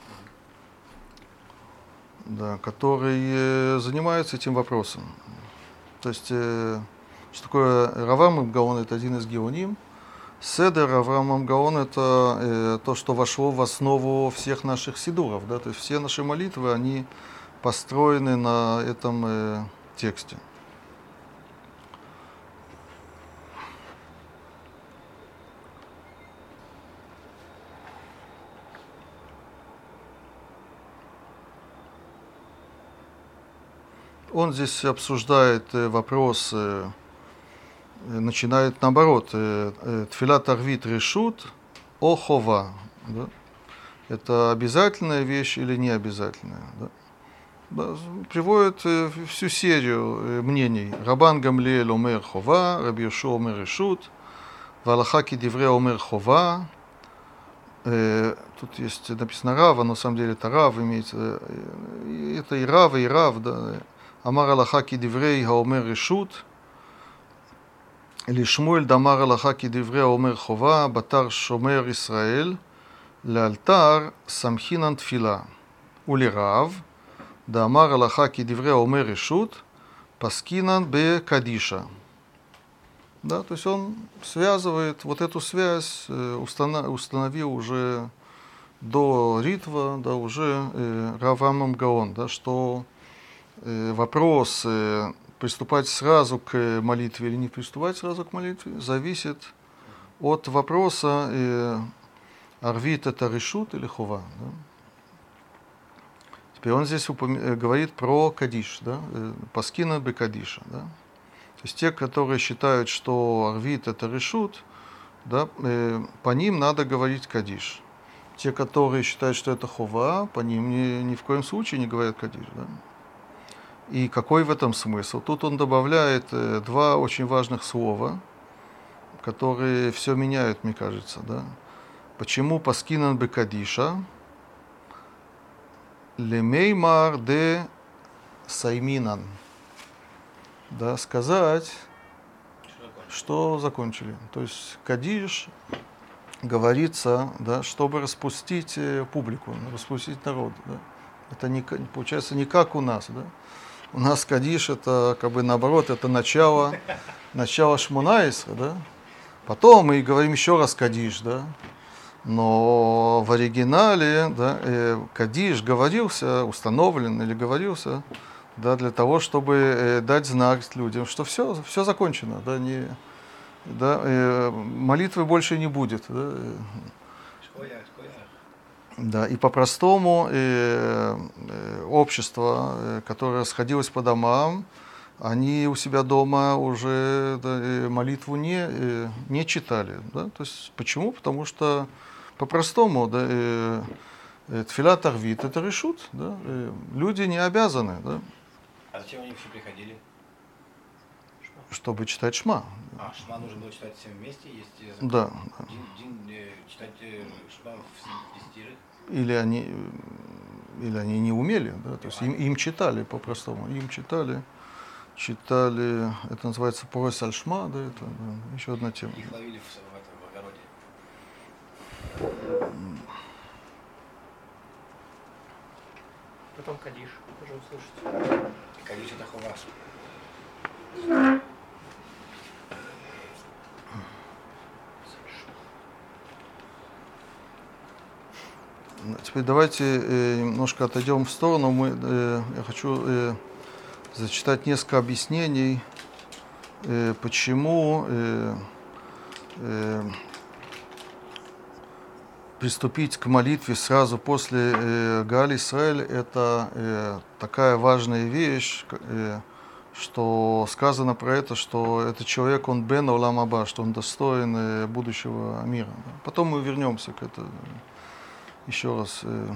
да, который э, занимается этим вопросом. То есть, э, что такое Равам Гаон, это один из геоним. Седер Равам Гаон это э, то, что вошло в основу всех наших сидуров. Да? То есть все наши молитвы, они построены на этом э, тексте. Он здесь обсуждает э, вопрос, э, начинает наоборот, э, э, тфилат арвит решут о хова. Да? Это обязательная вещь или не обязательная? Да? Да, приводит э, всю серию э, мнений. Рабан Гамлиэль омер хова, Раби Йошуа омер решут, валаха ки дивре омер хова. Э, тут есть написано Рав, но на самом деле это Рав имеется. Э, это и Рав, и Рав, да. Амар алаха ки диврей хаомер решут, лишмуэль дамар алаха ки диврей хаомер хова, батар шомер Исраэль, לאלתר סמכינן תפילה, ולרב, דאמר הלכה כדברי האומר רשות, паскинан бе кадиша. Да, то есть он связывает вот эту связь, установил уже до Ритва, да, уже э, Равамам Гаон, да, что э, вопрос э, приступать сразу к молитве или не приступать сразу к молитве зависит от вопроса э, арвит это решут или хова. Да? Теперь он здесь упом... говорит про кадиш, да? Паскина бе кадиша. Да? То есть те, которые считают, что арвит это решут, да, э, по ним надо говорить кадиш. Те, которые считают, что это хова, по ним ни, ни в коем случае не говорят кадиш. Да? И какой в этом смысл? Тут он добавляет э, два очень важных слова, которые все меняют, мне кажется. Да? Почему паскинан бе кадиша? лемеймар де сайминан. Да, сказать, что закончили. То есть кадиш говорится, да, чтобы распустить публику, распустить народ. Да. Это не, получается не как у нас. Да. У нас кадиш это как бы наоборот, это начало, начало Шмона-Эсре, да. Потом мы говорим еще раз кадиш, да. Но в оригинале, да, э, кадиш говорился, установлен или говорился, да, для того, чтобы э, дать знак людям, что все, все закончено, да, не, да, э, молитвы больше не будет. Да, да, и по-простому э, э, общество, э, которое расходилось по домам, они у себя дома уже, да, э, молитву не, э, не читали. Да? То есть, почему? Потому что по-простому, да, э, э, тфилат арвит это решут, да? э, люди не обязаны, да? А зачем они все приходили? Чтобы читать шма. А, шма нужно было читать всем вместе, есть да, да. Дин, дин, э, читать э, шма в десятерых. Или они, или они не умели, да? То есть им, им читали по-простому, им читали. Читали, это называется Порос аль-Шма, да, это да, еще одна тема. Их ловили в, в этом в огороде. Потом кадиш, тоже услышите. Кадиш это хова. Теперь давайте э, немножко отойдем в сторону. Мы, э, я хочу э, зачитать несколько объяснений, э, почему э, э, приступить к молитве сразу после э, Гааль Исраэль это э, такая важная вещь, э, что сказано про это, что этот человек, он бен олам аба, что он достоин э, будущего мира. Потом мы вернемся к этому еще раз. Э,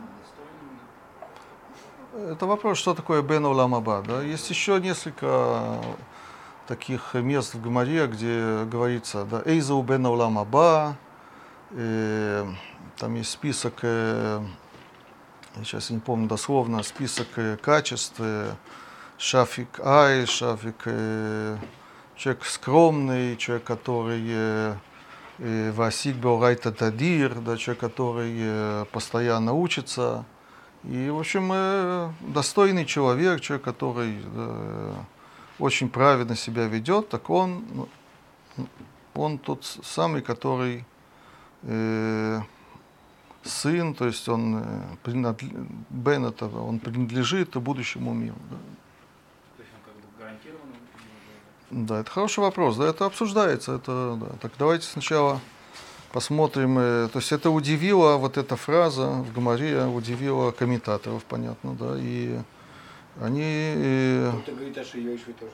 Это вопрос, что такое бен олам аба. Да? Есть еще несколько таких мест в Гемаре, где говорится, да, эйзау бен олам аба, э, там есть список, э, сейчас я не помню дословно, список э, качеств, э, шафик ай, шафик, э, человек скромный, человек, который э, э, васик беорайта тадир, да, человек, который э, постоянно учится. И, в общем, э, достойный человек, человек, который да, очень праведно себя ведет, так он, он тот самый, который э, сын, то есть он, э, Бен, это, он принадлежит будущему миру. Да. То есть он как бы гарантированно? Да, это хороший вопрос, да, это обсуждается. Это, да. Так давайте сначала посмотрим, то есть это удивило, вот эта фраза в Гемаре удивила комментаторов, понятно, да, и они... Кто-то говорит, а Йошуа тоже.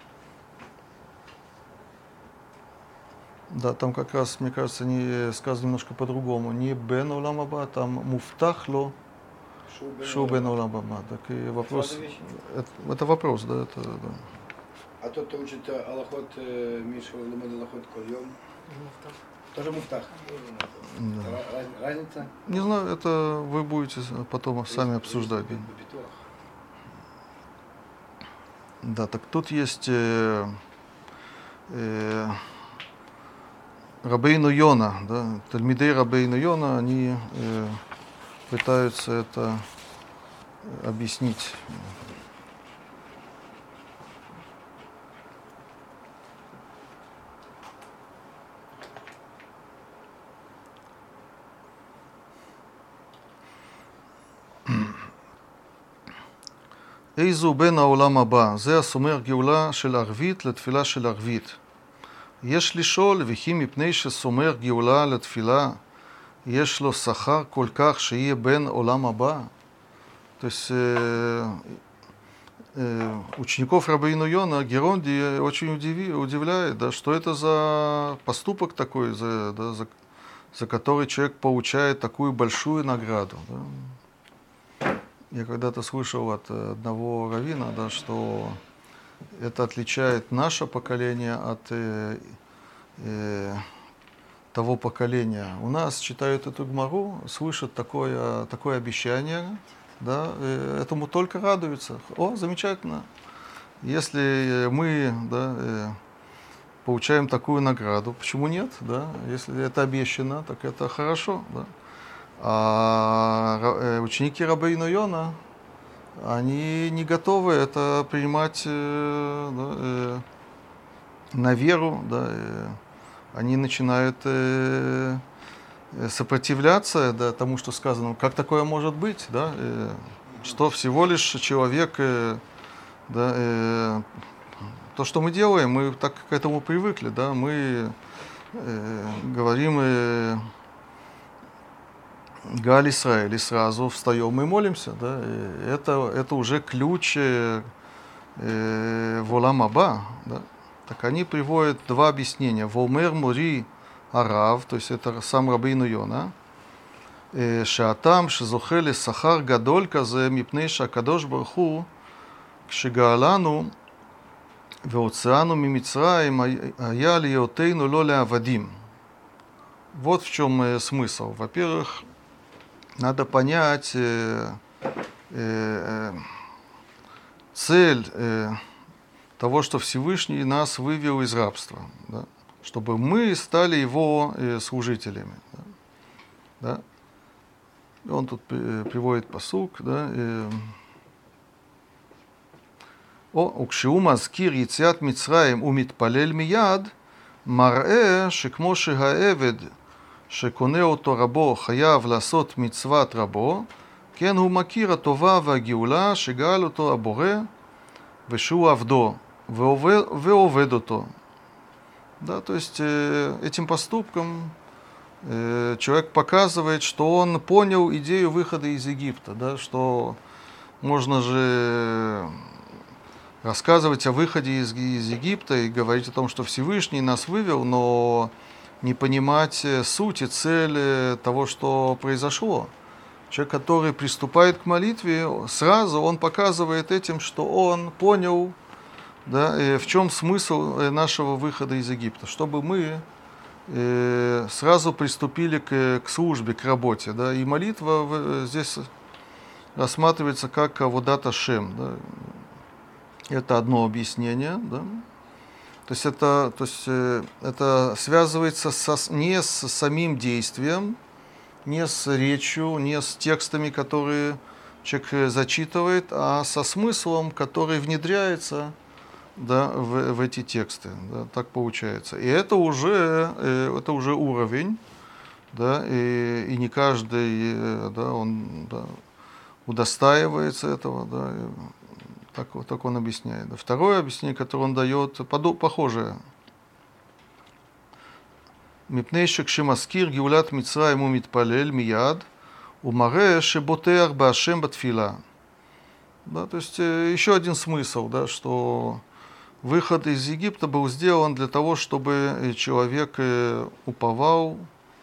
Да, там как раз, мне кажется, не сказано немножко по-другому, не бен олам аба, там муфтахло шоу бен олам аба. Так и вопрос, это, это вопрос, да, это, да. А тот, кто учит аллахот, Миша Лумад аллахот кольем, тоже муфтах. Да. Раз, разница? Не знаю, это вы будете потом сами обсуждать. Да, так тут есть э, э, Рабейну Йона, да, Тальмидей Рабейну Йона, они э, пытаются это объяснить. איזו בן העולם הבא, זה הסומר גאולה של ערבית לתפילה של ערבית. יש לשאול, וכי מפני שסומר גאולה לתפילה, יש לו שכר כל כך שיהיה בן עולם הבא? То есть э, э, учеников Рабейну Йона Геронди очень удиви, удивляет, да, что это за поступок такой, за, да, за, за который человек получает такую большую награду. Да. Я когда-то слышал от одного раввина, да, что это отличает наше поколение от э, э, того поколения. У нас читают эту гмару, слышат такое, такое обещание, да, э, этому только радуются. О, замечательно. Если мы, да, э, получаем такую награду, почему нет, да? Если это обещано, так это хорошо, да. А ра- э, ученики Рабейну Йона, они не готовы это принимать э, да, э, на веру, да, э, они начинают э, э, сопротивляться, да, тому, что сказано. Как такое может быть, да? э, Что всего лишь человек, э, да, э, то, что мы делаем, мы так к этому привыкли, да, мы э, говорим э, Галь Исраэль, и сразу встаем и молимся, да, и это, это уже ключ э, э, в Олам Аба, да. Так они приводят два объяснения. Волмер Мури Арав, то есть это сам Рабейну Йона, э, Шаатам Шизохели Сахар Гадоль Казе Мипней Шакадош Барху Кшигаалану Веоцеану Мимицраим Ая Лиотейну Лоля Авадим. Вот в чем э, смысл. Во-первых, надо понять э, э, цель э, того, что Всевышний нас вывел из рабства, да, чтобы мы стали его э, служителями. Да, да. И он тут э, приводит пасук, да, э, о, укшиу мазкир яциат Мицраим умитпалель мияд, мар'э шекмо шегаэвед שקונה אותו רבו חייב לעשות מצוות רבו, כן הוא מכיר הטובה והגאולה שגאל אותו הבורא ושהוא עבדו ועובד, ועובד אותו. Да, то есть э, этим поступком э, человек показывает, что он понял идею выхода из Египта, да, что можно же рассказывать о выходе из, из Египта и говорить о том, что Всевышний нас вывел, но не понимать суть и цель того, что произошло. Человек, который приступает к молитве, сразу он показывает этим, что он понял, да, в чем смысл нашего выхода из Египта, чтобы мы э, сразу приступили к, к службе, к работе. Да, и молитва здесь рассматривается как аводат Ашем. Да. Это одно объяснение. Да. То есть это, то есть, э, это связывается со, не с самим действием, не с речью, не с текстами, которые человек зачитывает, а со смыслом, который внедряется, да, в, в эти тексты. Да, так получается. И это уже, э, это уже уровень, да, и, и не каждый э, да, он, да, удостаивается этого. Да, и, Так, так он объясняет. Второе объяснение, которое он дает, похожее. מפני שכשמזכיר גאולת מצרים הוא מתפלל מיד, הוא מראה שבוטח בהשם בתפילה. Да, то есть еще один смысл, да, что выход из Египта был сделан для того, чтобы человек уповал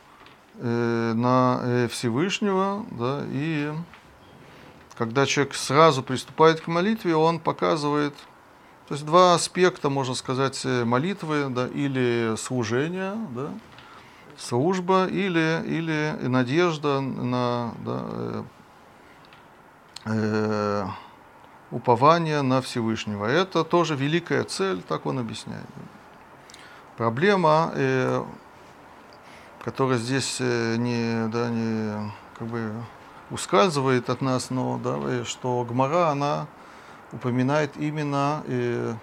на Всевышнего, да, и когда человек сразу приступает к молитве, он показывает, то есть два аспекта, можно сказать, молитвы, да, или служения, да, служба, или, или надежда на, да, э, упование на Всевышнего. Это тоже великая цель, так он объясняет. Проблема, э, которая здесь не, да, не как бы ускальзывает от нас, но да, что Гмара, она упоминает именно э,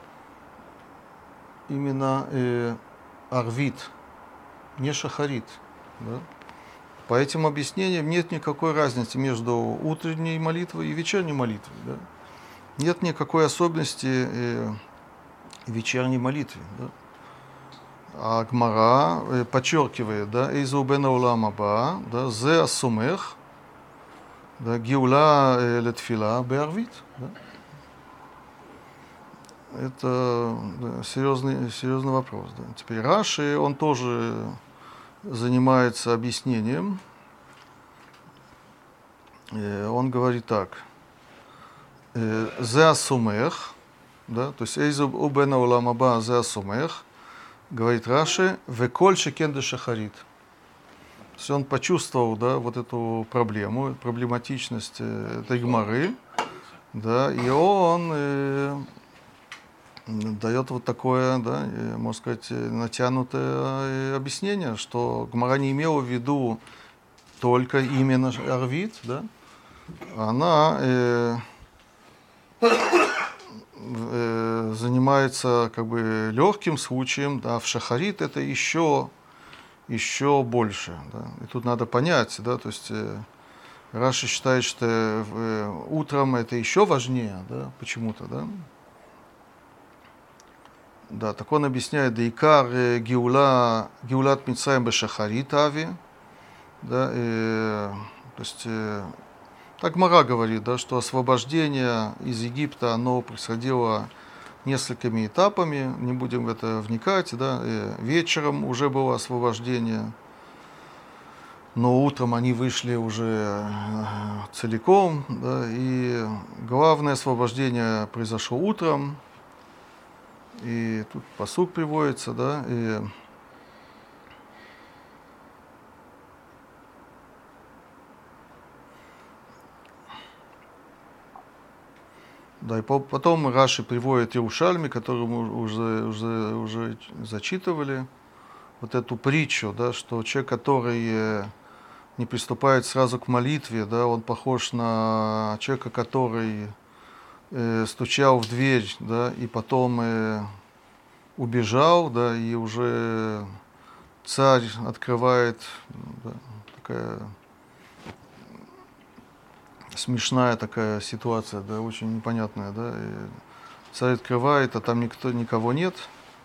именно э, арвит, не шахарит. Да? По этим объяснениям нет никакой разницы между утренней молитвой и вечерней молитвой. Да? Нет никакой особенности э, вечерней молитвы. Да? А Гмара э, подчеркивает, да, «Эйзу бен аулам аба», да, «Зе асумех», да, «Геула э, летфила беарвит». Да? Это да, серьезный, серьезный вопрос. Да. Теперь Раши, он тоже занимается объяснением. Э, он говорит так. «Зе асумех», да, то есть «Эйзу бен аулам аба зе асумех», говорит Раши, «Веколь шекен де шахарит». То есть он почувствовал, да, вот эту проблему, проблематичность э, этой гмары, да, и он э, дает вот такое, да, э, можно сказать, э, натянутое э, объяснение, что гмара не имела в виду только именно арвит, да, она э, э, занимается как бы легким случаем, да, в шахарит это еще, еще больше, да. И тут надо понять, да, то есть э, Раши считает, что э, утром это еще важнее, да, почему-то, да. Да, так он объясняет, да, икар э, геула, геулат мицраим бешахарит ави, да, э, то есть э, так Мара говорит, да, что освобождение из Египта, оно происходило несколькими этапами, не будем в это вникать, да, э, вечером уже было освобождение, но утром они вышли уже э, целиком, да, и главное освобождение произошло утром, и тут пасук приводится, да, и да, и потом Раши приводит Иерушальми, который мы уже, уже, уже зачитывали, вот эту притчу, да, что человек, который не приступает сразу к молитве, да, он похож на человека, который э, стучал в дверь, да, и потом э, убежал, да, и уже царь открывает, да, такая смешная такая ситуация, да, очень непонятная, да, и царь открывает, а там никто, никого нет.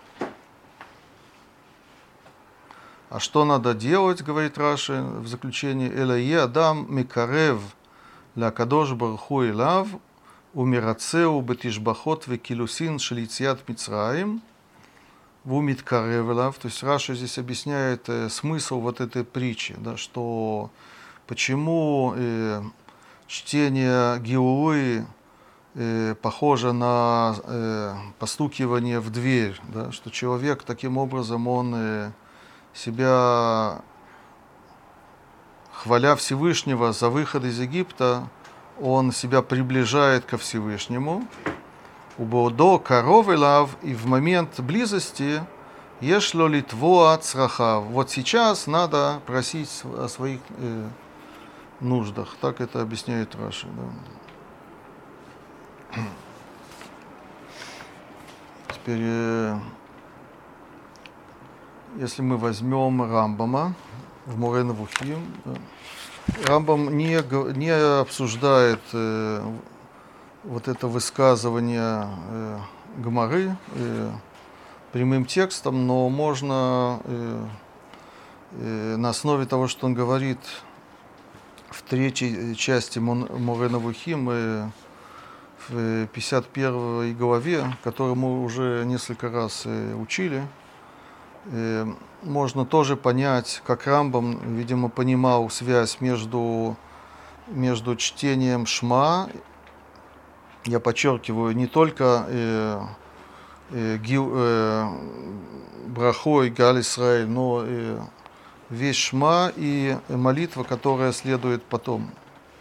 А что надо делать, говорит Раши в заключении, «Элае адам микарев ля кадош барху илав умирацеу бетишбахот векилусин шелицият мицраим вумиткарев илав». То есть Раши здесь объясняет э, смысл вот этой притчи, да, что почему э, чтение Геулы э, похоже на э, постукивание в дверь, да, что человек таким образом, он э, себя, хваля Всевышнего за выход из Египта, он себя приближает ко Всевышнему. Убодо коров элав, и в момент близости ешло литво от цраха. Вот сейчас надо просить о своих э, нуждах. Так это объясняет Раши. Да. Теперь, э, если мы возьмем Рамбама в Море Невухим, да, Рамбам не, не обсуждает э, вот это высказывание э, Гмары э, прямым текстом, но можно э, э, на основе того, что он говорит в третьей части Море Невухим, э, в пятьдесят первой главе, которую мы уже несколько раз э, учили, э, можно тоже понять, как Рамбам, видимо, понимал связь между, между чтением Шма, я подчеркиваю, не только э, э, гил, э, брахой Галь Исраэль, но э, весь Шма и молитва, которая следует потом.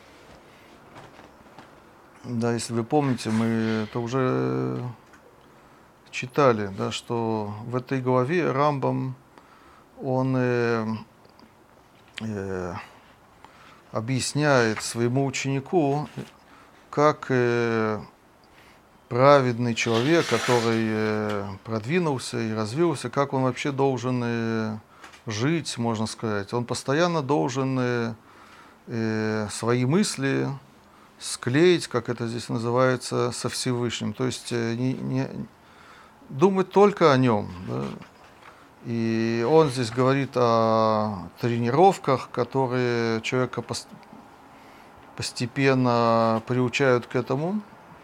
Да, если вы помните, мы это уже читали, да, что в этой главе Рамбам, он э, э, объясняет своему ученику, как э, праведный человек, который э, продвинулся и развился, как он вообще должен э, жить, можно сказать. Он постоянно должен э, э, свои мысли склеить, как это здесь называется, со Всевышним. То есть э, не, не, думать только о нем. Да? И он здесь говорит о тренировках, которые человека постепенно приучают к этому.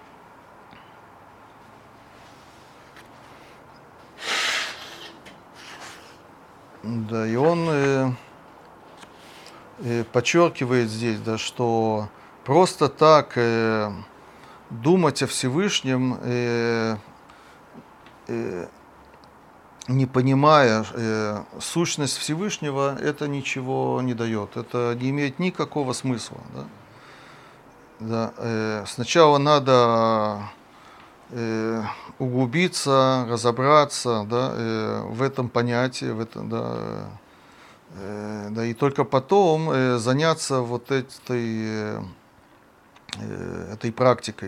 Да, и он э, э, подчеркивает здесь, да, что просто так э, думать о Всевышнем э, э, не понимая э, сущность Всевышнего, это ничего не дает. Это не имеет никакого смысла. Да? Да, э, сначала надо э, углубиться, разобраться, да, э, в этом понятии, в этом, да, э, да, и только потом э, заняться вот этой, э, этой практикой.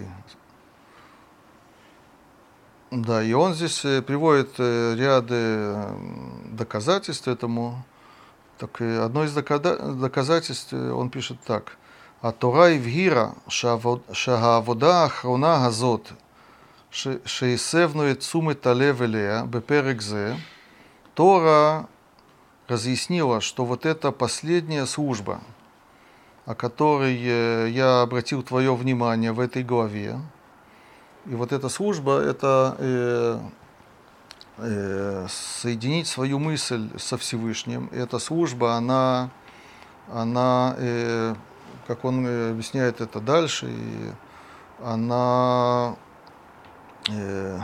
Да, и он здесь э, приводит э, ряды э, доказательств этому. Так, э, одно из доказа- доказательств, э, он пишет так. А Тора הבהירה שהעבודה האחרונה הזאת ש- שהסבנו את תשומת הלב אליה בפרק זה, Тора разъяснила, что вот эта последняя служба, о которой э, я обратил твое внимание в этой главе, и вот эта служба, это э, э, соединить свою мысль со Всевышним. И эта служба, она, она э, как он э, объясняет это дальше, и она э,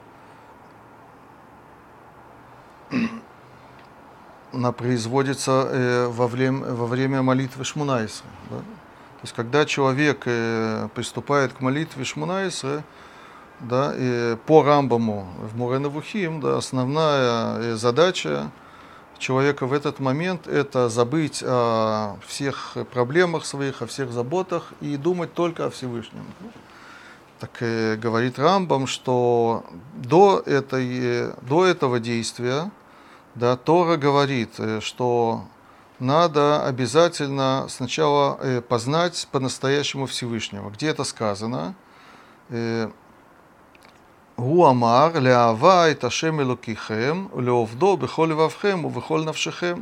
она производится э, во, время, во время молитвы Шмуна-Эсры. Да? То есть, когда человек э, приступает к молитве Шмуна-Эсры, да, и по Рамбаму в Море Невухим, да, основная э, задача человека в этот момент — это забыть о всех проблемах своих, о всех заботах и думать только о Всевышнем. Так э, говорит Рамбам, что до, этой, до этого действия, да, Тора говорит, э, что надо обязательно сначала э, познать по-настоящему Всевышнего. Где это сказано? Э, הוא אמר, לאהבה את השם אלוקיכם, ולעובדו בכל לבבכם ובכל נפשכם.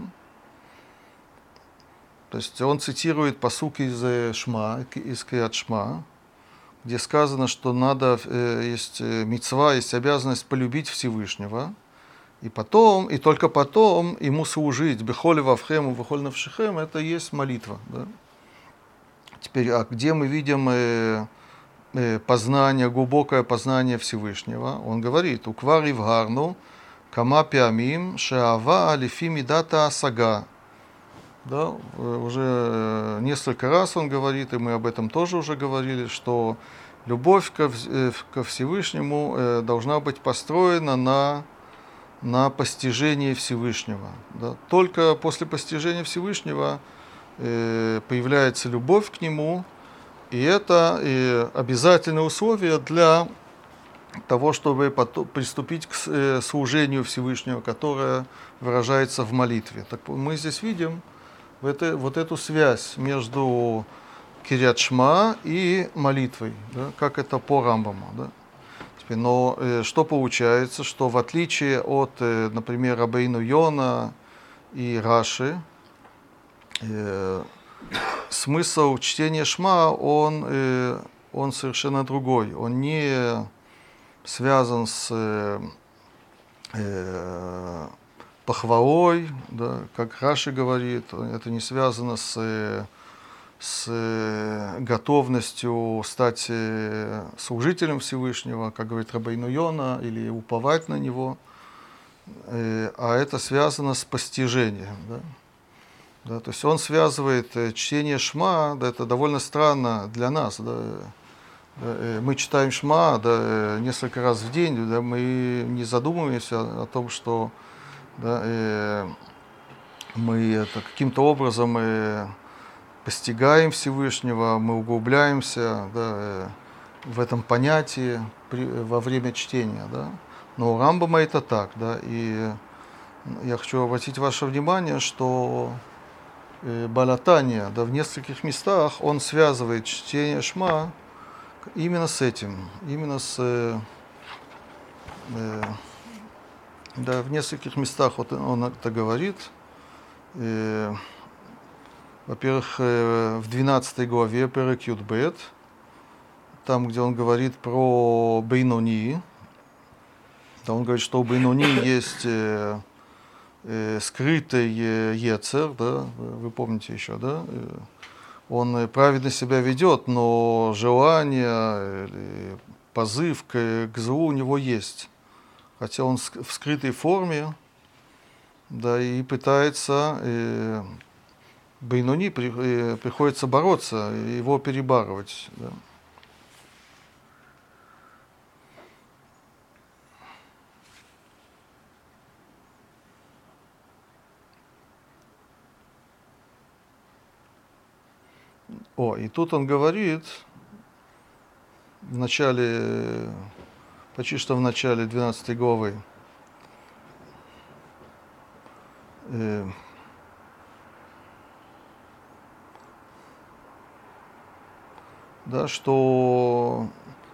То есть он цитирует пасук из Шма, из Криат Шма, где сказано, что надо, есть мицва, есть обязанность полюбить Всевышнего, и потом, и только потом ему служить. Бехоль вавхем, бехоль навшихем, это и есть молитва. Да? Теперь, а где мы видим э, э, познание, глубокое познание Всевышнего? Он говорит, уквар ивгарну, кама пиамим, шеава лифи мидата асага. Да, уже несколько раз он говорит, и мы об этом тоже уже говорили, что любовь ко, ко Всевышнему должна быть построена на, на постижении Всевышнего. Да. Только после постижения Всевышнего появляется любовь к Нему, и это обязательное условие для того, чтобы приступить к служению Всевышнего, которое выражается в молитве. Так мы здесь видим Это, вот эту связь между Кирьят Шма и молитвой, да, как это по Рамбаму. Да. Теперь, но э, что получается, что в отличие от, э, например, Рабейну Йона и Раши, э, смысл чтения Шма, он, э, он совершенно другой. Он не связан с э, похвалой, да, как Раши говорит, это не связано с, с готовностью стать служителем Всевышнего, как говорит Рабейну Йона, или уповать на него, а это связано с постижением. Да. Да, то есть он связывает чтение Шма, да, это довольно странно для нас. Да, мы читаем Шма, да, несколько раз в день, да, мы не задумываемся о том, что да, э, мы это каким-то образом э, постигаем Всевышнего, мы углубляемся, да, э, в этом понятии при, во время чтения. Да. Но у Рамбама это так. Да, и я хочу обратить ваше внимание, что э, Балатания, да, в нескольких местах он связывает чтение Шма именно с этим, именно с... Э, э, Да, в нескольких местах вот он это говорит. Э, во-первых, э, в двенадцатой главе Перек Юд-бет, там, где он говорит про Бейнони, да, он говорит, что у Бейнони есть э, э, скрытый э, Ецер, да, вы помните еще, да? Он праведно себя ведет, но желание или позыв к, к злу у него есть. хотя он ск- в скрытой форме, да, и пытается, э, Бейнуни при- э, приходится бороться, его перебарывать. Да. О, и тут он говорит, в начале, почти что в начале двенадцатой главы, э, да, что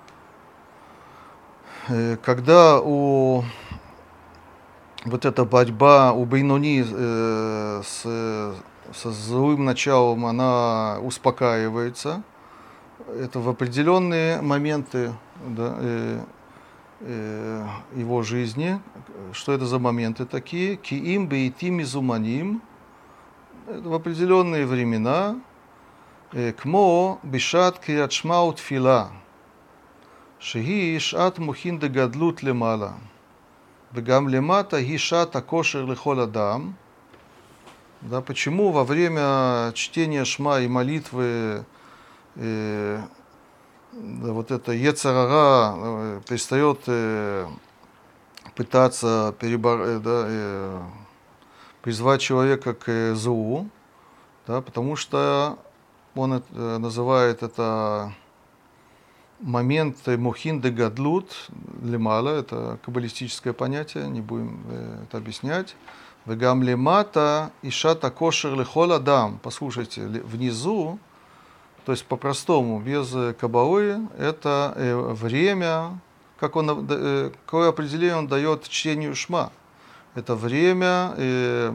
э, когда у вот эта борьба у Бейнуни э, с, со злым началом, она успокаивается, это в определенные моменты, да, э, э, его жизни. Что это за моменты такие? Киим бейтим изуманим. Это в определенные времена. э, Кмо бишат криат шма утфила. Шеги шат мухин де гадлут лемала. Вегам лемата ги шат акошер лехол адам. Да, почему во время чтения шма и молитвы э, да, вот это Йецер ара э, перестает э, пытаться перебор, э, да, э, призвать человека к э, злу, да, потому что он это, э, называет это момент мухин де гадлут лемала, это каббалистическое понятие, не будем э, это объяснять. Вегам лемата ишата кошер лехол адам. Послушайте, внизу, то есть по-простому, без кабалы, это э, время, как он, э, какое определение он дает чтению шма. Это время э,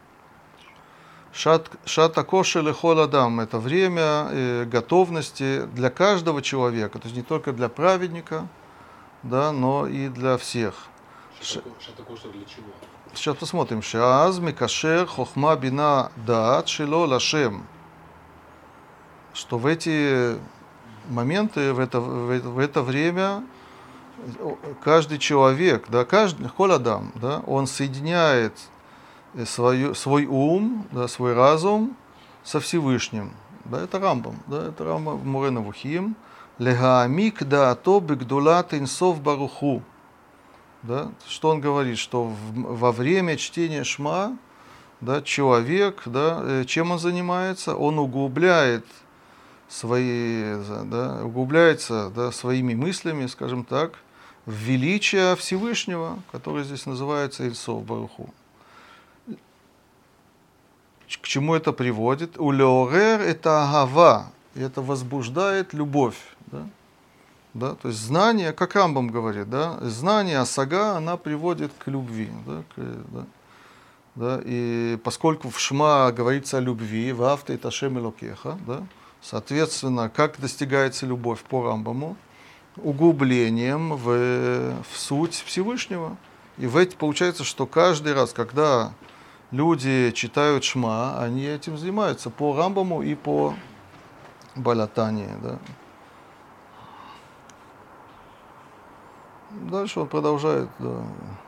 шат, шата кошер лехол адам. Это время э, готовности для каждого человека, то есть не только для праведника, да, но и для всех. Шата кошер для чего? Сейчас посмотрим. Шааз микашер хохма бина даат шило лашем. Что в эти моменты, в это, в это, в это время каждый человек, да, каждый холадам, да, он соединяет свою, свой ум, да, свой разум со Всевышним. Да, это Рамбам, да, это Рамбам в Море Навухим. Легаамик даато бигдулат инсов баруху. Да, что он говорит, что в, во время чтения Шма, да, человек, да, чем он занимается? Он углубляет свои, да, углубляется, да, своими мыслями, скажем так, в величие Всевышнего, который здесь называется Ильсов Баруху. К чему это приводит? Улеорер это агава, и это возбуждает любовь. Да? Да? То есть знание, как Рамбам говорит, да? Знание асага, она приводит к любви. Да? К, да? Да? И поскольку в Шма говорится о любви, в авто и ташем элокеха, да? Соответственно, как достигается любовь по Рамбаму? Углублением в, в суть Всевышнего. И в эти, получается, что каждый раз, когда люди читают Шма, они этим занимаются по Рамбаму и по Балатане. Да. Дальше он продолжает. Да.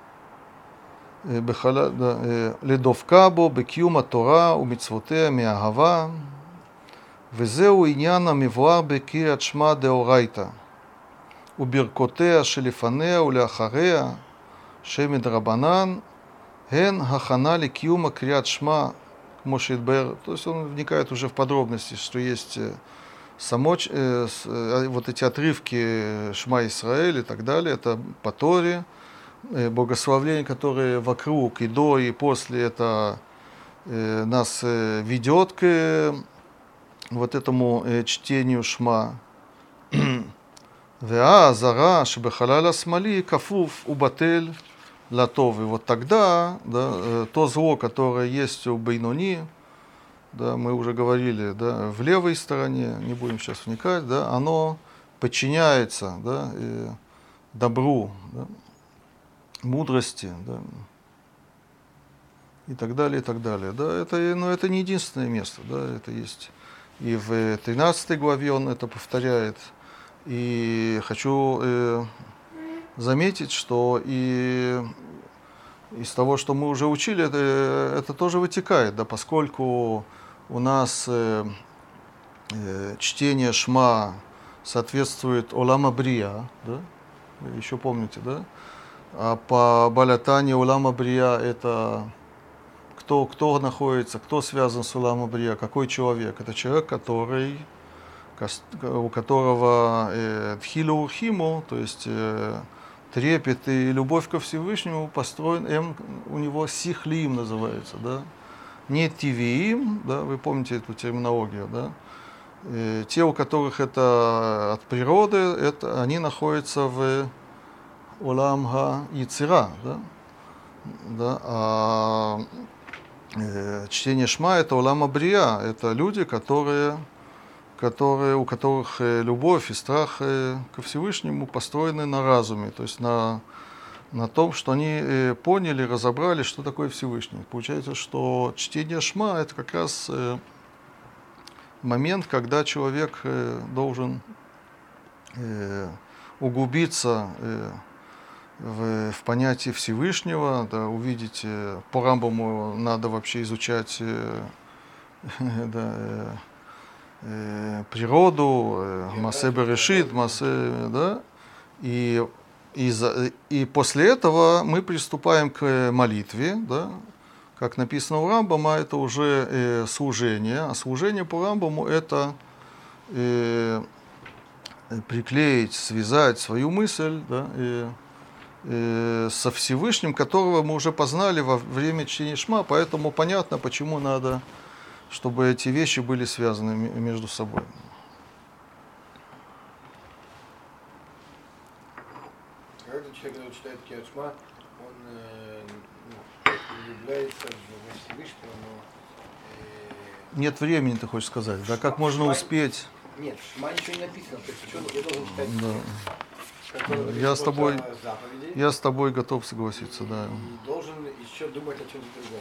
Ледовкабо, бекиума Тора, умицвотея, миагава. וזהו עניין המבואר בקריאת שמע דאורייתא וברכותיה שלפניה ולאחריה שמדרבנן הן הכנה לקיום הקריאת שמע כמו שהתבאר. То есть он вникает уже в подробности, что есть само, э, вот эти отрывки Шма Исраэль и так далее, это по Торе, э, богословление, которое вокруг и до, и после, это э, нас э, ведет к вот этому э, чтению Шма. Веа зара шебехалаля смали кафуф убатель латов. И вот тогда, да, э, то зло, которое есть у Бейнуни, да, мы уже говорили, да, в левой стороне, не будем сейчас вникать, да, оно подчиняется, да, э, добру, да, мудрости, да, и так далее, и так далее. Да, это, но это не единственное место, да, это есть. И в тринадцатой главе он это повторяет. И хочу э, заметить, что и из того, что мы уже учили, это, это тоже вытекает, да, поскольку у нас э, э, чтение Шма соответствует Олама Брия, да, вы еще помните, да? А по Балятане Улама Брия это кто, кто находится, кто связан с Улама Брия, какой человек? Это человек, который, у которого э, Тхилу Урхиму, то есть э, трепет и любовь ко Всевышнему построен, эм, у него сихлим называется, да? Не тивиим, да, вы помните эту терминологию, да? Э, те, у которых это от природы, это, они находятся в Улам ха-Яцира, да? Да? А э, чтение Шма это Улам Брия, это люди, которые, которые, у которых э, любовь и страх э, ко Всевышнему построены на разуме, то есть на, на том, что они э, поняли, разобрали, что такое Всевышний. Получается, что чтение Шма это как раз э, момент, когда человек э, должен э, углубиться э, в, в понятие Всевышнего, да, увидеть, э, по Рамбаму надо вообще изучать э, да, э, э, природу, э, Масе Берешит, Масе, да, и, и, за, и после этого мы приступаем к молитве, да, как написано у Рамбама, это уже э, служение, а служение по Рамбаму это э, приклеить, связать свою мысль, да, и, и со Всевышним, которого мы уже познали во время чтения Шма, поэтому понятно, почему надо, чтобы эти вещи были связаны между собой. Когда человек, когда читает Криат Шма, он э, ну, влюбляется в Всевышнего, но... Э, Нет времени, ты хочешь сказать, да? Как можно успеть? Нет, в Шма ничего не написано, то есть что я должен читать, Да. который Я с тобой, заповедей, я с тобой готов согласиться, и, да. и должен еще думать о чем-то другом.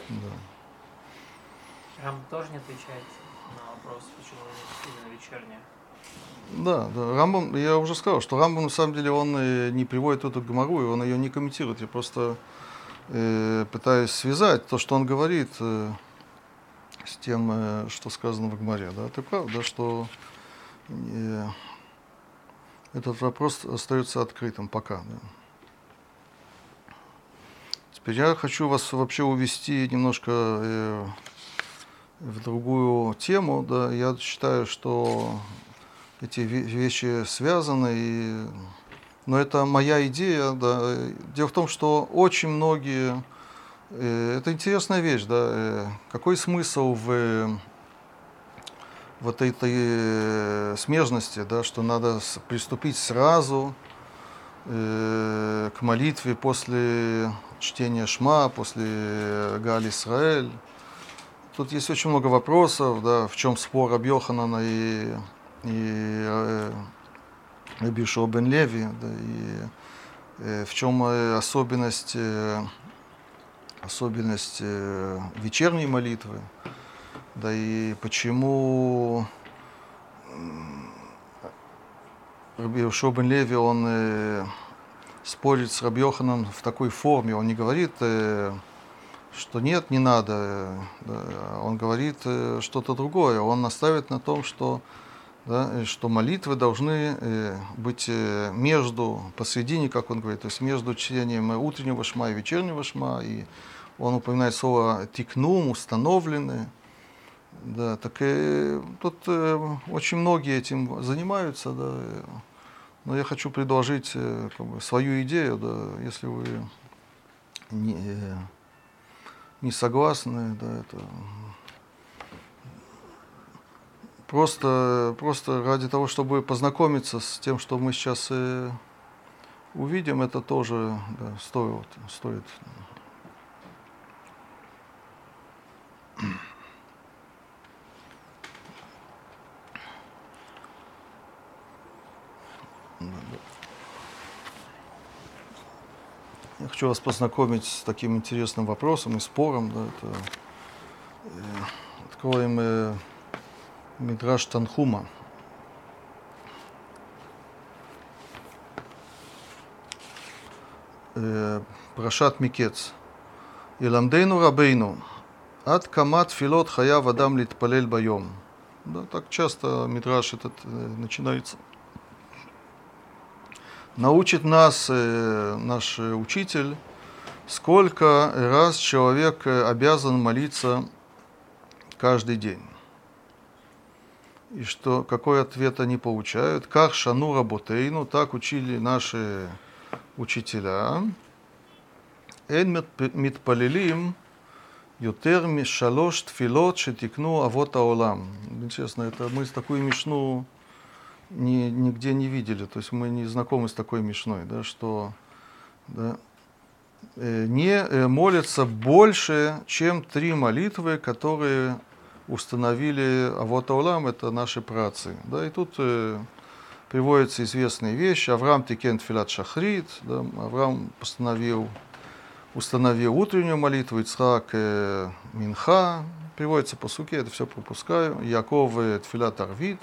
Да. Рам тоже не отвечает на вопрос, почему именно вечерняя. Да, да. Рамбам, я уже сказал, что Рамбам на самом деле он не приводит эту геморру, и он ее не комментирует. Я просто э, пытаюсь связать то, что он говорит, э, с тем, э, что сказано в Гемаре. Да? Ты прав, да, что э, этот вопрос остается открытым пока. Да. Теперь я хочу вас вообще увести немножко э, в другую тему. Да. Я считаю, что эти вещи связаны, и... но это моя идея. Да. Дело в том, что очень многие... Э, это интересная вещь. Да. Э, какой смысл в вот этой смежности, да, что надо приступить сразу э, к молитве после чтения Шма, после Галь Исраэль. Тут есть очень много вопросов, да, в чем спор Раби Йоханана и, и э, Раби Йошуа бен Леви, да, и э, в чем особенность, э, особенность э, вечерней молитвы. Да и почему Раби Йошуа бен Леви, он э, спорит с Раби Йохананом в такой форме, он не говорит, э, что нет, не надо, э, да, он говорит э, что-то другое, он наставит на том, что, да, что молитвы должны э, быть э, между, посредине, как он говорит, то есть между чтением утреннего Шма и вечернего Шма, и он упоминает слово «тикнум», «установлены». Да, так и тут э, очень многие этим занимаются, да, э, но я хочу предложить э, как бы, свою идею, да, если вы не, э, не согласны, да, это просто, просто ради того, чтобы познакомиться с тем, что мы сейчас э, увидим, это тоже да, стоит, стоит. Я хочу вас познакомить с таким интересным вопросом и спором. Да, это, э, откроем э, Мидраш э, Парашат Микец. Иламдейну рабейну. Ад камат филот хаяв адам литпалель байом. Да, так часто мидраш этот э, начинается. Научит нас э, наш учитель, сколько раз человек обязан молиться каждый день. И что, какой ответ они получают? Как шану работейну, так учили наши учителя. Эн митпалелим ютер мишалош тфилот шетикну авот аолам. Честно, это мы такую мишну ни, нигде не видели. То есть мы не знакомы с такой мишной, да, что да, не молятся больше, чем три молитвы, которые установили авот аолам, это наши праотцы. Да, и тут э, приводятся известные вещи. Авраам тикен тфилат шахрит, да, Авраам постановил, установил утреннюю молитву, Ицхак э, минха, приводится по суке, это все пропускаю. Яков э, тфилат арвит.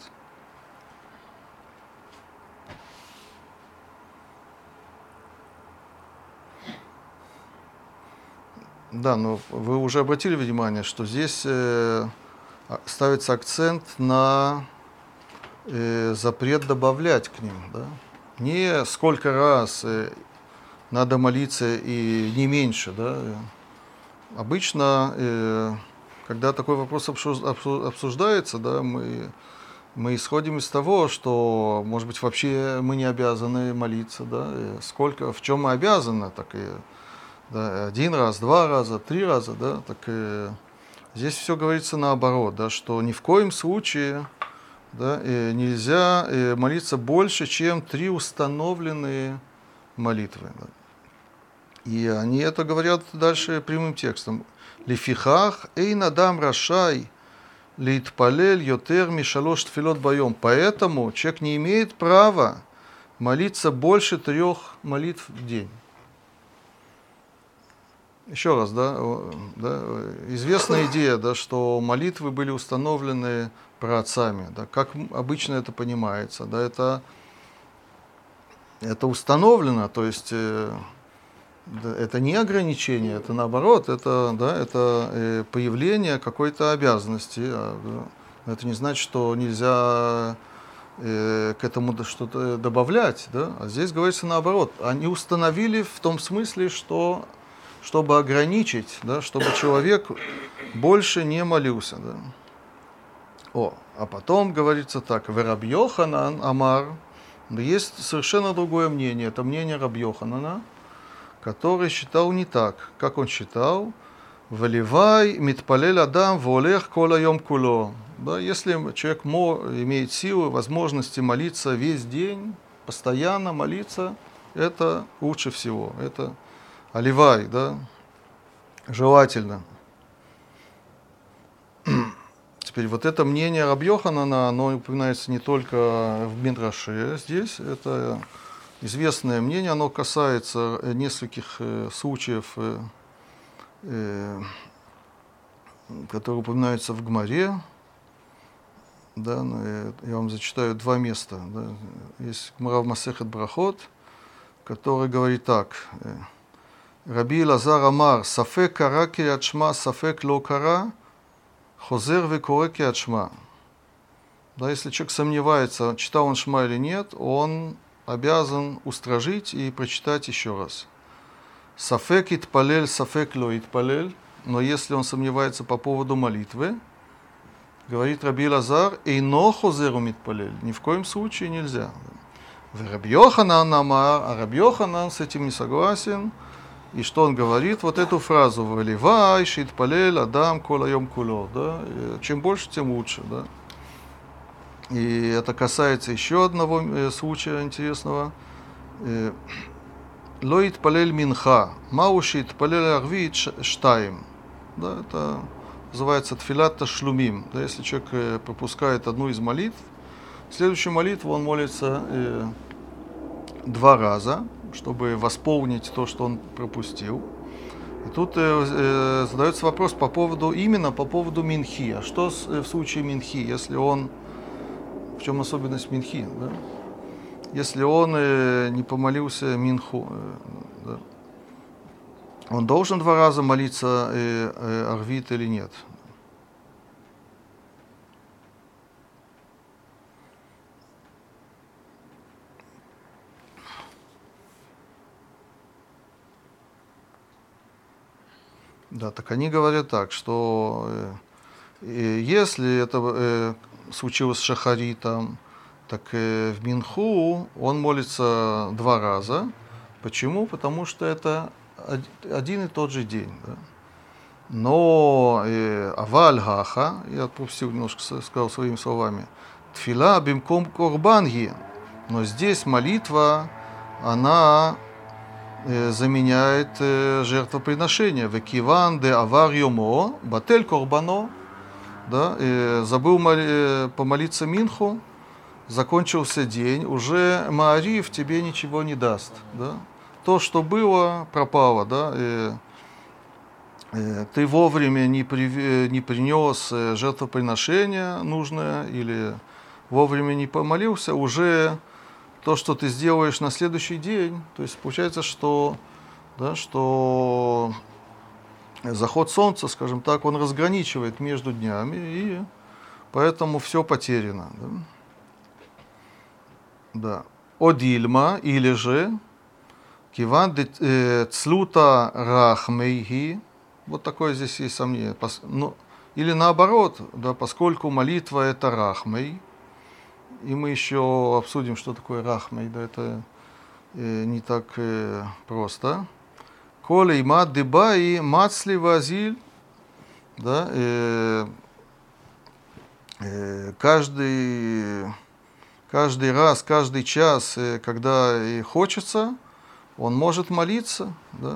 Да, но вы уже обратили внимание, что здесь э, ставится акцент на э, запрет добавлять к ним. Да? Не сколько раз э, надо молиться и не меньше. Да? Обычно, э, когда такой вопрос обсуждается, да, мы, мы исходим из того, что, может быть, вообще мы не обязаны молиться. Да? И сколько, в чем мы обязаны, так и да, один раз, два раза, три раза, да, так э, здесь все говорится наоборот, да, что ни в коем случае да, э, нельзя э, молиться больше, чем три установленные молитвы. Да. И они это говорят дальше прямым текстом. Лифихах эйн адам рашай литпалель йотер мишалош тфилот байом. Поэтому человек не имеет права молиться больше трех молитв в день. Еще раз, да, да, известная идея, да, что молитвы были установлены праотцами. Да, как обычно это понимается, да, это, это установлено, то есть э, да, это не ограничение, это наоборот, это, да, это э, появление какой-то обязанности. А, да, это не значит, что нельзя э, к этому что-то добавлять, да, а здесь говорится наоборот. Они установили в том смысле, что чтобы ограничить, да, чтобы человек больше не молился. Да. О, а потом говорится так, в Рабби Йоханан Амар, есть совершенно другое мнение, это мнение Рабби Йоханана, который считал не так. Как он считал? Валивай митпалель адам волех кола йом куло. Да, если человек имеет силы, возможности молиться весь день, постоянно молиться, это лучше всего. Это Аливай, да, желательно. Теперь вот это мнение Рабби Йоханана, оно упоминается не только в Мидраше здесь, это известное мнение, оно касается нескольких э, случаев, э, э, которые упоминаются в Гмаре. Да, я вам зачитаю два места. Да. Есть Гмара в Масехет Брахот, который говорит так. Раби Элазар Амар, сафек кара крият шма, сафек ло кара, хозер векоре крият шма. Да, если человек сомневается, читал он шма или нет, он обязан устражить и прочитать еще раз. Сафек итпалель, сафек ло итпалель. Но если он сомневается по поводу молитвы, говорит Раби Элазар, эйно хозеру митпалель. Ни в коем случае нельзя. Рабби Йоханан Амар, а Рабби Йоханан с этим не согласен. И что он говорит? Вот эту фразу «Валивай, шитпалель, адам, кола йом куло». Да? Чем больше, тем лучше. Да? И это касается еще одного э, случая интересного. «Ло итпалель минха, мау шитпалель арвит штаим». Да, это называется тфилат ташлумим. Да, если человек э, пропускает одну из молитв, следующую молитву он молится э, два раза, чтобы восполнить то, что он пропустил. И тут э, э, задается вопрос по поводу, именно по поводу минхи. А что с, э, в случае минхи, если он, в чем особенность минхи, да? Если он э, не помолился минху, э, да? он должен два раза молиться э, э, арвит или нет? Да, так они говорят так, что э, э, если это э, случилось с шахаритом, так э, в Минху он молится два раза. Почему? Потому что это од- один и тот же день. Да? Но э, аваль гаха, я пропустил немножко, с- сказал своими словами, тфила бимком корбанги, но здесь молитва, она э, заменяет э, жертвоприношение. Векиван де авар йомо, батель корбано, да, э, забыл моли- э, помолиться Минху, закончился день, уже Маариф тебе ничего не даст. Да? То, что было, пропало. Да? Э, э, ты вовремя не, при, не принес э, жертвоприношение нужное или вовремя не помолился, уже то, что ты сделаешь на следующий день, то есть получается, что, да, что заход солнца, скажем так, он разграничивает между днями, и поэтому все потеряно. Да? Да. Одильма, или же киван де э, цлута рахмейги. Вот такое здесь есть сомнение. Пос, ну, или наоборот, да, поскольку молитва это рахмей, и мы еще обсудим, что такое рахмей, да, это э, не так э, просто. Коля имат дебаи мацли вазиль, да, э, э, каждый Каждый раз, каждый час, э, когда и хочется, он может молиться, да.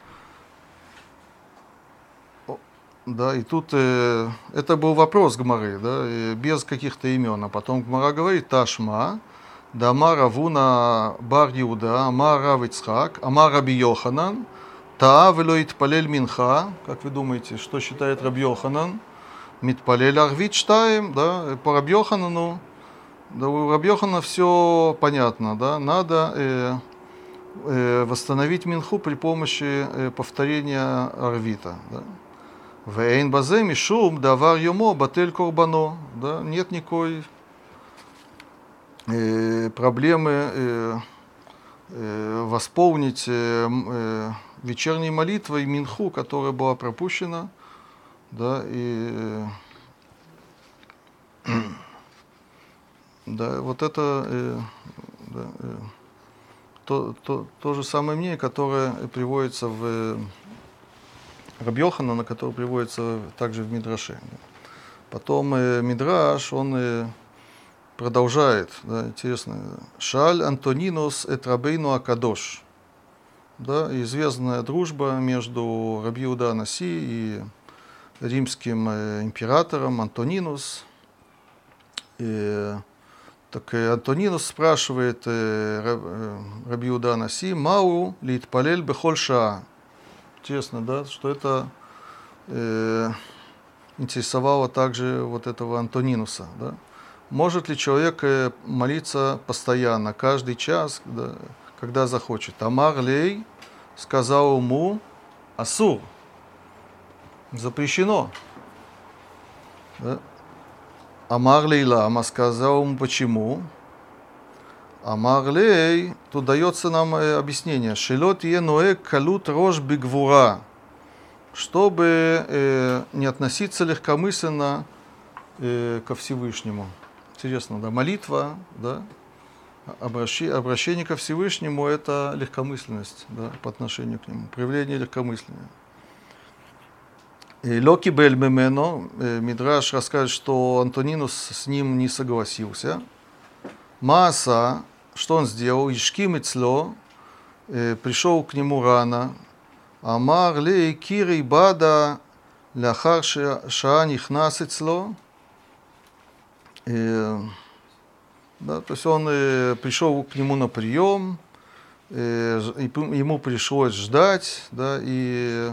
О, да, и тут э, это был вопрос Гмары, да, э, без каких-то имен. А потом Гмара говорит: Ташма, да Амар Авуна бар Иуда, Амар Рав Ицхак, Амар Раби Йоханан, Таа вело итпалель минха. Как вы думаете, что считает Раби Йоханан? Митпалель арвит штаем, да, по Раби Йоханану. Да, у Раби Йохана все понятно, да, надо э, э, восстановить минху при помощи э, повторения арвита. Да. Вейн базе мишум давар йомо батель корбано, да, нет никакой э, проблемы э, э, восполнить э, э, вечерней молитвой минху, которая была пропущена, да, и э, да, вот это э, да, э, то, то, то же самое мнение, которое приводится в Раби Йоханана, которое приводится также в Мидраше. Потом э, Мидраш, он э, продолжает, да, интересно. Шаль Антонинус эт Рабейну Акадош. Да, известная дружба между Раби Иуда Анаси и римским э, императором Антонинус. И, так э, Антонинус спрашивает э, Раби Иуда Анаси: Мау литпалель бехоль шаа. Интересно, да, что это э, интересовало также вот этого Антонинуса. Да? Может ли человек э, молиться постоянно, каждый час, да, когда захочет? Амар лей сказал ему: асур, запрещено. Да? Амар лей лама сказал ему: почему? Амар лей, тут дается нам э, объяснение. Шелот е ноэ калут рож бигвура. Чтобы э, не относиться легкомысленно э, ко Всевышнему. Интересно, да, молитва, да, обращение, обращение ко Всевышнему – это легкомысленность, да, по отношению к нему, проявление легкомысления. И Локи бель мемено, э, Мидраш рассказывает, что Антонинус с ним не согласился. Мааса, что он сделал? Ишким ицло, э, пришел к нему рано. Амар лей кирей бада ляхар шаа нихнас ицло. Да, то есть он э, пришел к нему на прием, э, и ему пришлось ждать, да, и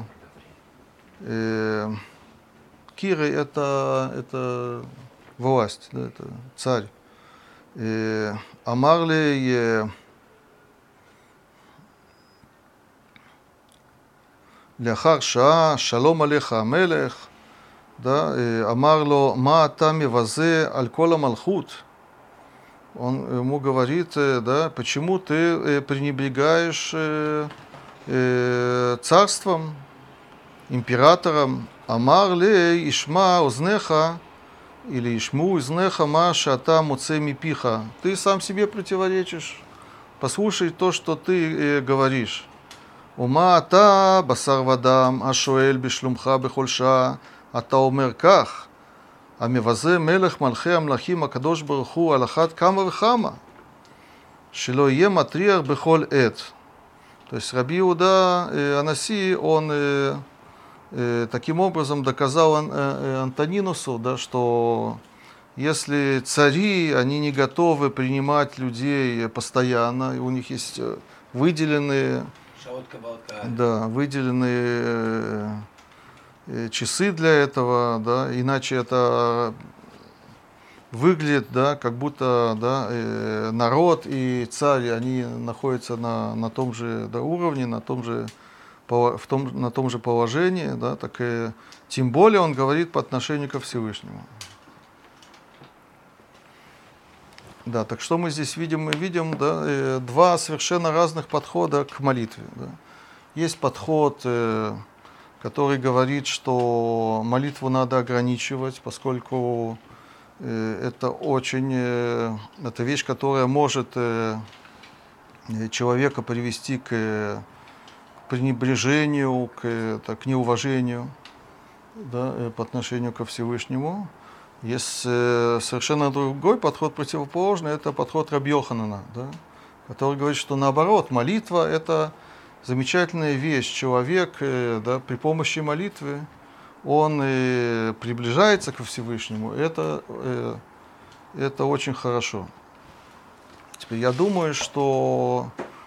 э, Кирей это, это власть, да, это царь. Э, Амарли э, לאחר שעה, שלום עליך המלך, да, אמר לו, מה אתה מבזה על כל המלכות? Он ему говорит, да, почему ты пренебрегаешь царством, императором? Амар лей ишма узнеха, или ишму узнеха ма шата муце мипиха. Ты сам себе противоречишь. Послушай то, что ты говоришь. ומה אתה, בשר ודם, השואל בשלומך בכל שעה, אתה אומר כך, המבזה מלך מלכי המלכים הקדוש ברוך הוא על אחת כמה וכמה, שלא יהיה מטריח בכל עת. То есть Раби Иуда Анаси, он таким образом доказал Антонинусу, да, что если цари, они не готовы принимать людей постоянно, и у них есть выделенные Да, выделенные часы для этого, да, иначе это выглядит, да, как будто, да, народ и царь, они находятся на, на том же, да, уровне, на том же, в том, на том же положении, да, так и, тем более он говорит по отношению ко Всевышнему. Да, так что мы здесь видим? Мы видим, да, два совершенно разных подхода к молитве. Да. Есть подход, который говорит, что молитву надо ограничивать, поскольку это очень, это вещь, которая может человека привести к пренебрежению, к, так, к неуважению, да, по отношению ко Всевышнему. Есть совершенно другой подход, противоположный, это подход Раби Йоханана, да, который говорит, что наоборот, молитва – это замечательная вещь. Человек, да, при помощи молитвы, он приближается ко Всевышнему. Это, это очень хорошо. Теперь я думаю, что,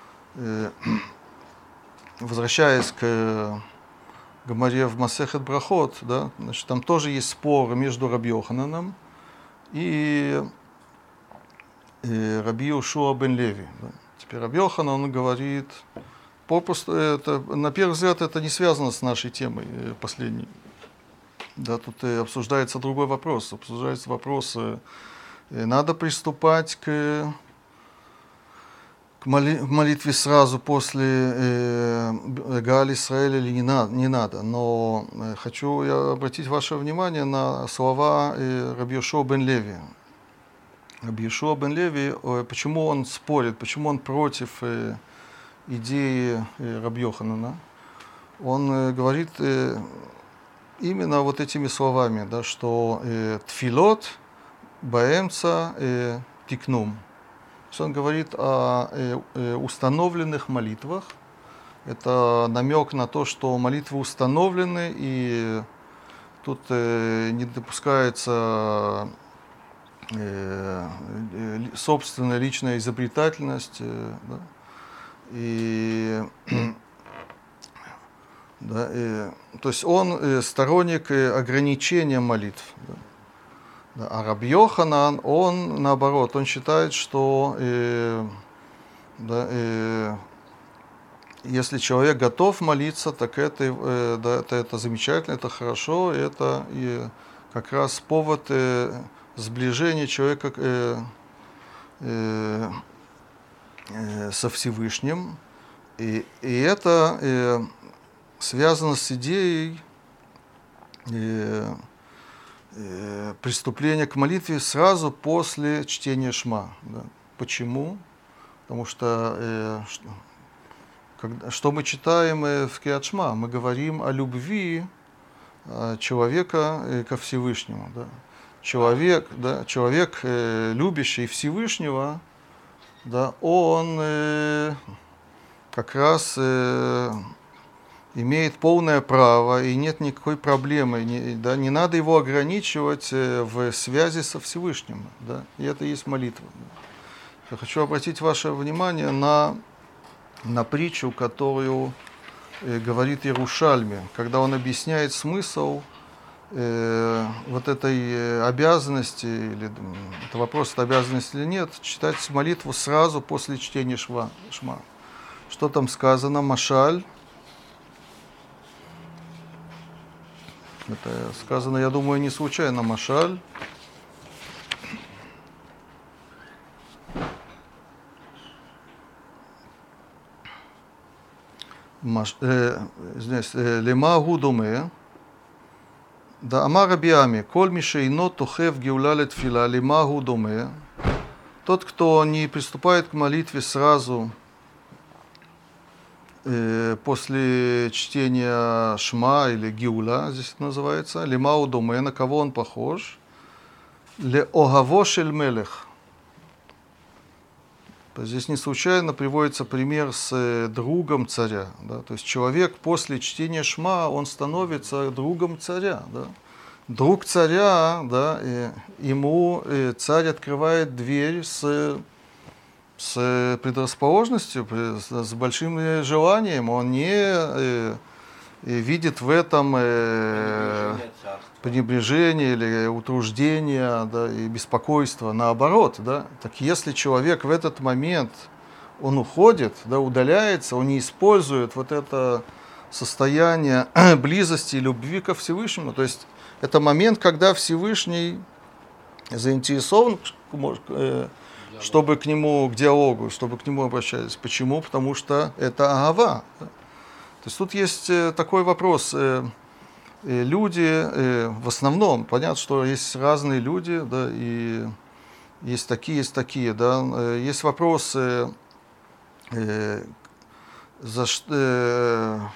возвращаясь к Гемаре в Масехет Брахот, да, значит, там тоже есть спор между Раби Йохананом и, и Раби Йошуа бен Леви. Да. Теперь Раби Йоханан, он говорит, попросту, это, на первый взгляд, это не связано с нашей темой последней. Да, тут обсуждается другой вопрос. Обсуждается вопрос, надо приступать к в молитве сразу после э, Гааль Исраэля или не, на, не надо. Но э, хочу я обратить ваше внимание на слова э, Раби Йошуа бен Леви. Раби Йошуа бен Леви, э, почему он спорит, почему он против э, идеи э, Раби Йоханана. Он э, говорит э, именно вот этими словами, да, что э, тфилот баэмца э, тикнум. Он говорит о установленных молитвах. Это намек на то, что молитвы установлены, и тут не допускается собственная личная изобретательность. Да, и, да, и, то есть он сторонник ограничения молитв. Да. А Раби Йоханан, он наоборот, он считает, что э, да, э, если человек готов молиться, так это, э, да, это, это замечательно, это хорошо, это и как раз повод э, сближения человека э, э, э, со Всевышним. И, и это э, связано с идеей э, приступление к молитве сразу после чтения Шма. Да. Почему? Потому что, э, что, когда, что мы читаем э, в Криат Шма? Мы говорим о любви э, человека э, ко Всевышнему. Да. Человек, да, человек э, любящий Всевышнего, да, он э, как раз э, имеет полное право, и нет никакой проблемы, не, да, не надо его ограничивать в связи со Всевышним, да, и это и есть молитва. Я хочу обратить ваше внимание на, на притчу, которую э, говорит Иерушальми, когда он объясняет смысл э, вот этой обязанности, или это вопрос, это обязанность или нет, читать молитву сразу после чтения шва, Шма. Что там сказано? Машаль. Это сказано, я думаю, не случайно, машаль. Маш, э, здесь, э, лема гудуме. Да, амар Раби Ами, коль мишейно тухев геула летфила, лема гудуме. Тот, кто не приступает к молитве сразу э, после чтения Шма или Геула, здесь это называется, лема удуме, на кого он похож? Ле огаво шель мелех. Здесь не случайно приводится пример с другом царя. Да? То есть человек после чтения Шма, он становится другом царя. Да? Друг царя, да, и ему и царь открывает дверь с, с предрасположенностью, с, с большим желанием. Он не э, видит в этом э, пренебрежение или утруждение, да, и беспокойство. Наоборот, да. Так если человек в этот момент, он уходит, да, удаляется, он не использует вот это состояние близости и любви ко Всевышнему, то есть это момент, когда Всевышний заинтересован, чтобы к нему, к диалогу, чтобы к нему обращались. Почему? Потому что это агава. То есть тут есть такой вопрос. Люди, в основном, понятно, что есть разные люди, да, и есть такие, есть такие, да. Есть вопрос, за что...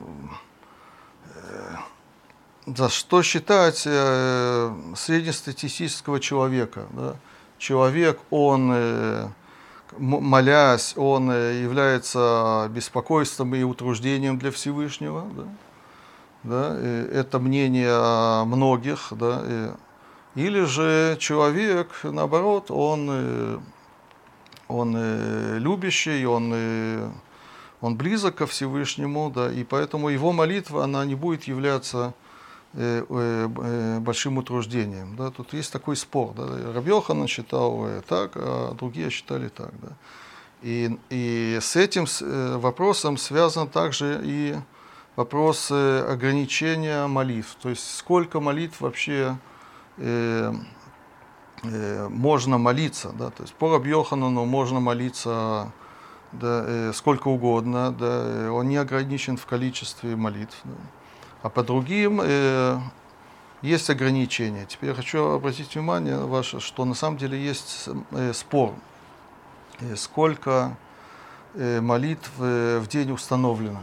За что считать э, среднестатистического человека? Да? Человек, он, э, молясь, он э, является беспокойством и утруждением для Всевышнего. Да? Да? Это мнение многих. Да? И, или же человек, наоборот, он, э, он э, любящий, он, э, он близок ко Всевышнему, да? И поэтому его молитва, она не будет являться большим утруждением. Да. Тут есть такой спор. Да. Раби Йоханан считал так, а другие считали так. Да. И, и с этим вопросом связан также и вопрос ограничения молитв. То есть сколько молитв вообще э, э, можно молиться. Да. То есть по Раби Йоханану можно молиться, да, э, сколько угодно. Да. Он не ограничен в количестве молитв. Да. А по другим э, есть ограничения. Теперь я хочу обратить внимание ваше, что на самом деле есть э, спор, э, сколько э, молитв э, в день установлено.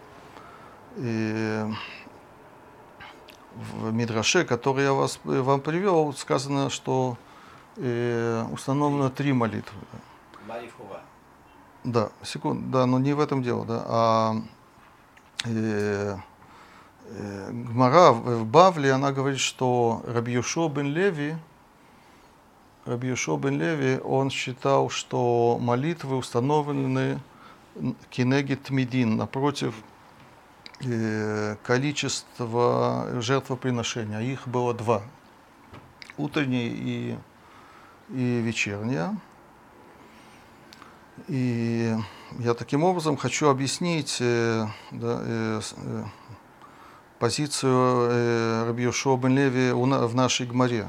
И в Мидраше, который я вас, вам привел, сказано, что э, установлено три молитвы. Да, секунду, да, но не в этом дело, да, а э, Гмара в Бавле, она говорит, что Раби Йошуа бен Леви, Раби Йошуа бен Леви, он считал, что молитвы установлены кинегет тмидин, напротив э, количества жертвоприношения. Их было два, утреннее и, и вечернее. И я таким образом хочу объяснить э, да, э, э, позицию э, Раби Йошуа бен Леви в нашей Гмаре.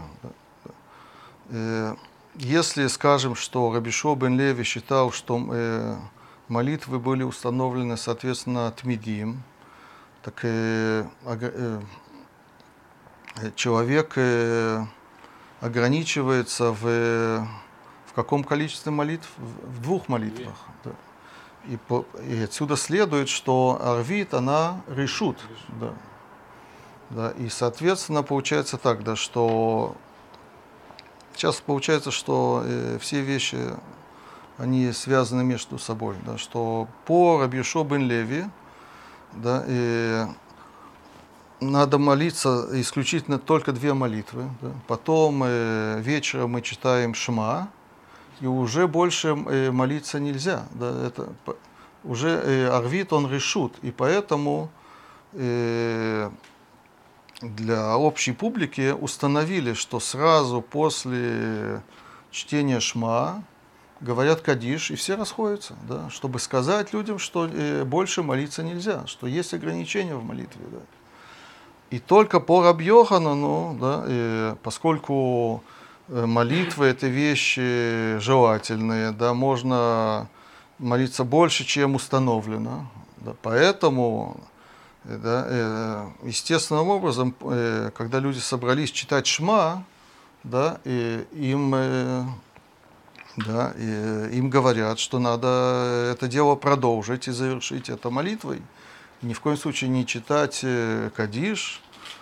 Э, если скажем, что Раби Йошуа бен Леви считал, что э, молитвы были установлены, соответственно, тмидим, так э, э, человек э, ограничивается в, в каком количестве молитв? В двух молитвах. Да. И, по, и отсюда следует, что арвит, она решут. Да. Да, и, соответственно, получается так, да, что сейчас получается, что э, все вещи, они связаны между собой, да, что по Раби Йошуа бен Леви, да, э, надо молиться исключительно только две молитвы, да, потом э, вечером мы читаем Шма, и уже больше э, молиться нельзя, да, это уже э, арвит, он решут, и поэтому э, для общей публики установили, что сразу после чтения Шма говорят Кадиш, и все расходятся, да, чтобы сказать людям, что э, больше молиться нельзя, что есть ограничения в молитве. Да. И только по Раби Йоханану, да, и поскольку молитвы это вещи желательные, да, можно молиться больше, чем установлено. Да, поэтому, да, естественным образом, когда люди собрались читать Шма, да, и им, да, и им говорят, что надо это дело продолжить и завершить это молитвой. Ни в коем случае не читать Кадиш.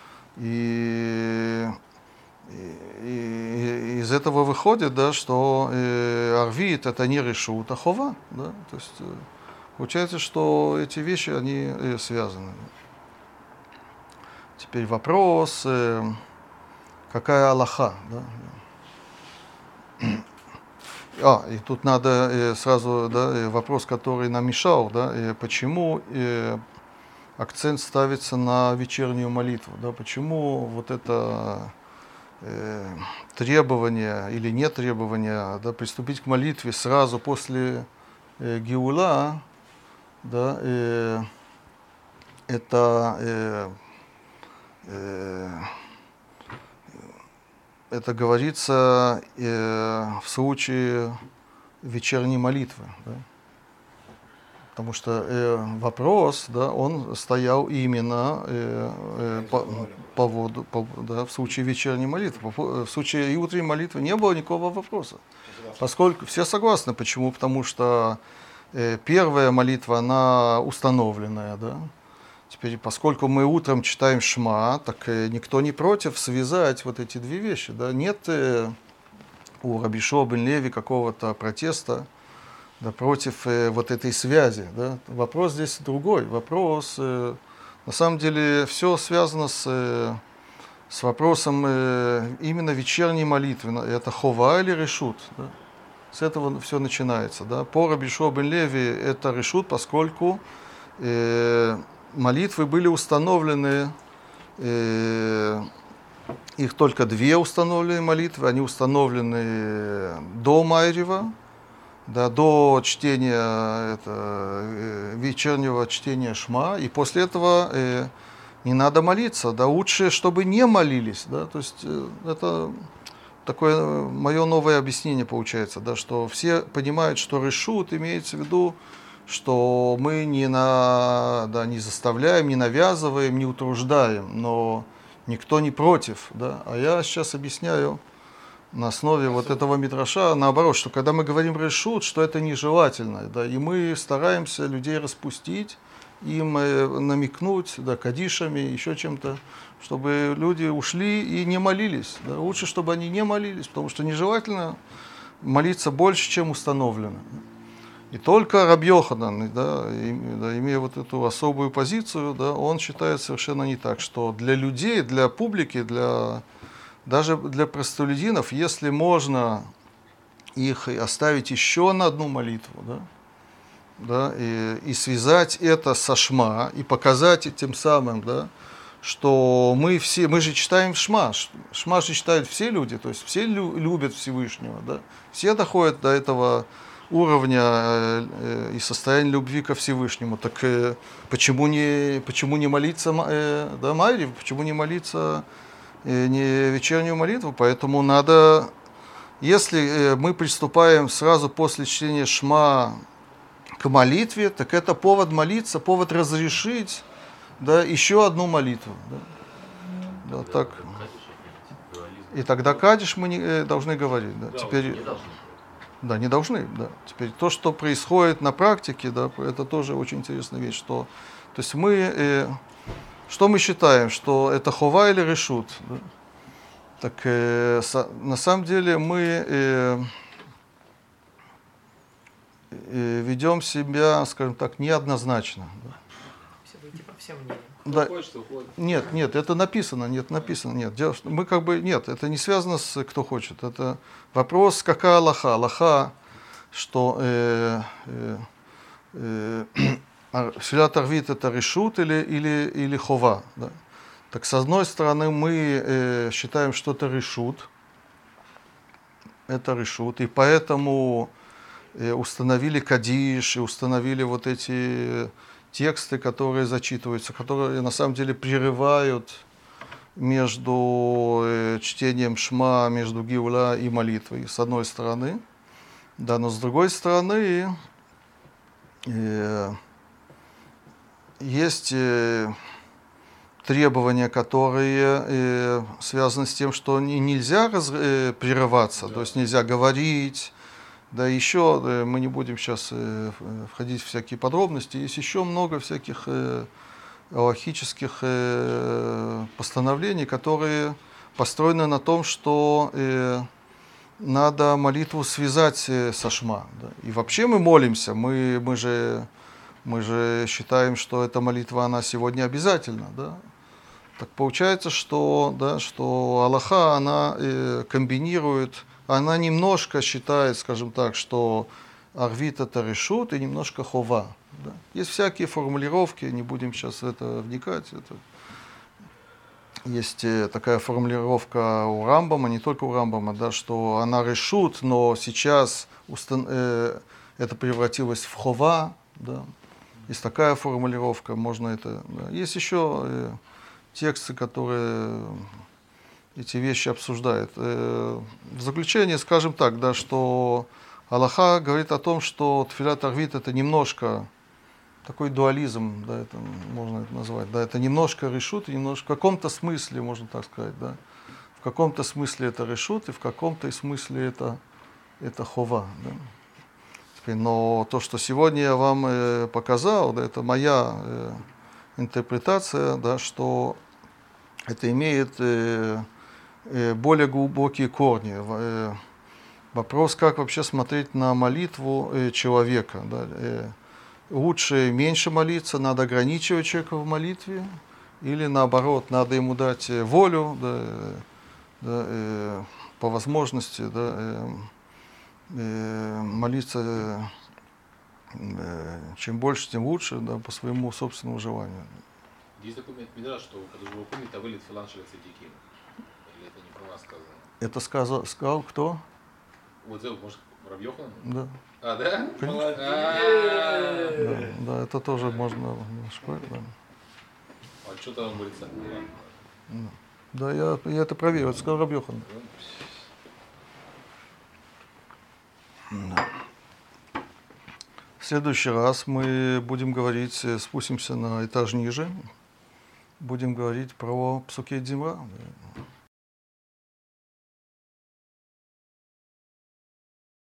И, и, и из этого выходит, да, что арвит это не решут, а хова. Да? То есть получается, что эти вещи они связаны. Теперь вопрос, какая алаха. Да? А, и тут надо сразу, да, вопрос, который нам мешал, да, почему акцент ставится на вечернюю молитву, да, почему вот это э, требование или не требование, да, приступить к молитве сразу после э, Геула, да, э, это, э, э, это говорится э, в случае вечерней молитвы. Да? Потому что э, вопрос, да, он стоял именно э, э, по, по воду, по, да, в случае вечерней молитвы. По, в случае и утренней молитвы не было никакого вопроса. Поскольку все согласны, почему? Потому что э, первая молитва, она установленная, да. Теперь, поскольку мы утром читаем Шма, так э, никто не против связать вот эти две вещи, да. Нет э, у Раби Йошуа бен Леви какого-то протеста, да, против э, вот этой связи. Да. Вопрос здесь другой. Вопрос, э, на самом деле, все связано с, э, с вопросом э, именно вечерней молитвы. Это хова или решут. Да. С этого все начинается. Да. По Раби Йошуа бен Леви это решут, поскольку э, молитвы были установлены, э, их только две установленные молитвы, они установлены до Майрева, да, до чтения это, э, вечернего чтения Шма, и после этого э, не надо молиться, да, лучше, чтобы не молились, да, то есть э, это такое мое новое объяснение получается, да, что все понимают, что решут имеется в виду, что мы не, на, да, не заставляем, не навязываем, не утруждаем, но никто не против, да, а я сейчас объясняю на основе вот этого мидраша, наоборот, что когда мы говорим решут, что это нежелательно, да, и мы стараемся людей распустить, им намекнуть, да, кадишами, еще чем-то, чтобы люди ушли и не молились. Да. Лучше, чтобы они не молились, потому что нежелательно молиться больше, чем установлено. И только Раби Йоханан, да, имея вот эту особую позицию, да, он считает совершенно не так, что для людей, для публики, для даже для простолюдинов, если можно их оставить еще на одну молитву, да, да, и, и связать это со Шма, и показать тем самым, да, что мы все, мы же читаем Шма, Шма же читают все люди, то есть все лю, любят Всевышнего, да, все доходят до этого уровня э, э, и состояния любви ко Всевышнему, так э, почему, не, почему не молиться э, да, Майре, почему не молиться не вечернюю молитву, поэтому надо, если мы приступаем сразу после чтения Шма к молитве, так это повод молиться, повод разрешить, да, еще одну молитву. Да. Да, так. И тогда кадиш мы не, должны говорить. Да. Теперь, да, не должны. Да. Теперь то, что происходит на практике, да, это тоже очень интересная вещь, что, то есть мы э, что мы считаем, что это хова или решут? Да? Так э, со, на самом деле мы э, э, ведем себя, скажем так, неоднозначно. Да? Все вы типа все мнения. Да. Хочет, уходит. Нет, нет, это написано, нет, написано, нет. Дело, что мы как бы, нет, это не связано с кто хочет. Это вопрос, какая алаха. Алаха, что э, э, э, Тфилат арвит это решут или, или, или хова. Да? Так с одной стороны мы э, считаем, что это решут, это решут, и поэтому э, установили кадиш, и установили вот эти тексты, которые зачитываются, которые на самом деле прерывают между э, чтением Шма, между Гиуля и молитвой, с одной стороны. Да, но с другой стороны, э, есть э, требования, которые э, связаны с тем, что не, нельзя раз, э, прерываться, Да. то есть нельзя говорить. Да, еще э, мы не будем сейчас э, входить в всякие подробности, есть еще много всяких э, алахических э, постановлений, которые построены на том, что э, надо молитву связать э, со Шма. Да. И вообще мы молимся, мы, мы, же, мы же считаем, что эта молитва, она сегодня обязательна. Да. Так получается, что, да, что Аллаха, она э, комбинирует, она немножко считает, скажем так, что арвит это решут и немножко хова. Да. Есть всякие формулировки, не будем сейчас в это вникать. Это... Есть э, такая формулировка у Рамбама, не только у Рамбама, да, что она решут, но сейчас устан... э, это превратилось в хова. Да. Есть такая формулировка, можно это... Да. Есть еще... Э, тексты, которые эти вещи обсуждают. В заключение скажем так, да, что Аллаха говорит о том, что тфилат арвит это немножко такой дуализм, да, это можно это назвать, да, это немножко решут, и немножко в каком-то смысле, можно так сказать, да, в каком-то смысле это решут, и в каком-то смысле это, это хова. Да. Но то, что сегодня я вам показал, да, это моя интерпретация, да, что это имеет э, э, более глубокие корни. Э, вопрос, как вообще смотреть на молитву э, человека. Да, э, лучше меньше молиться, надо ограничивать человека в молитве, или наоборот, надо ему дать волю, да, да, э, по возможности, да, э, э, молиться э, чем больше, тем лучше, да, по своему собственному желанию. Есть такой мидраш, что когда же вы помните, а вылет филан шелет цадиким. Или это не про вас сказано? Это сказал, сказал кто? Вот это, может, Рав Йохан? Да. А, да? Молодец! Да, да, это тоже можно шпать, да. А что-то он говорит сам. Ладно. Да, я, я это проверил, это сказал Рав Йохан. Да. В следующий раз мы будем говорить, спустимся на этаж ниже, будем говорить про Псукей Дзимра.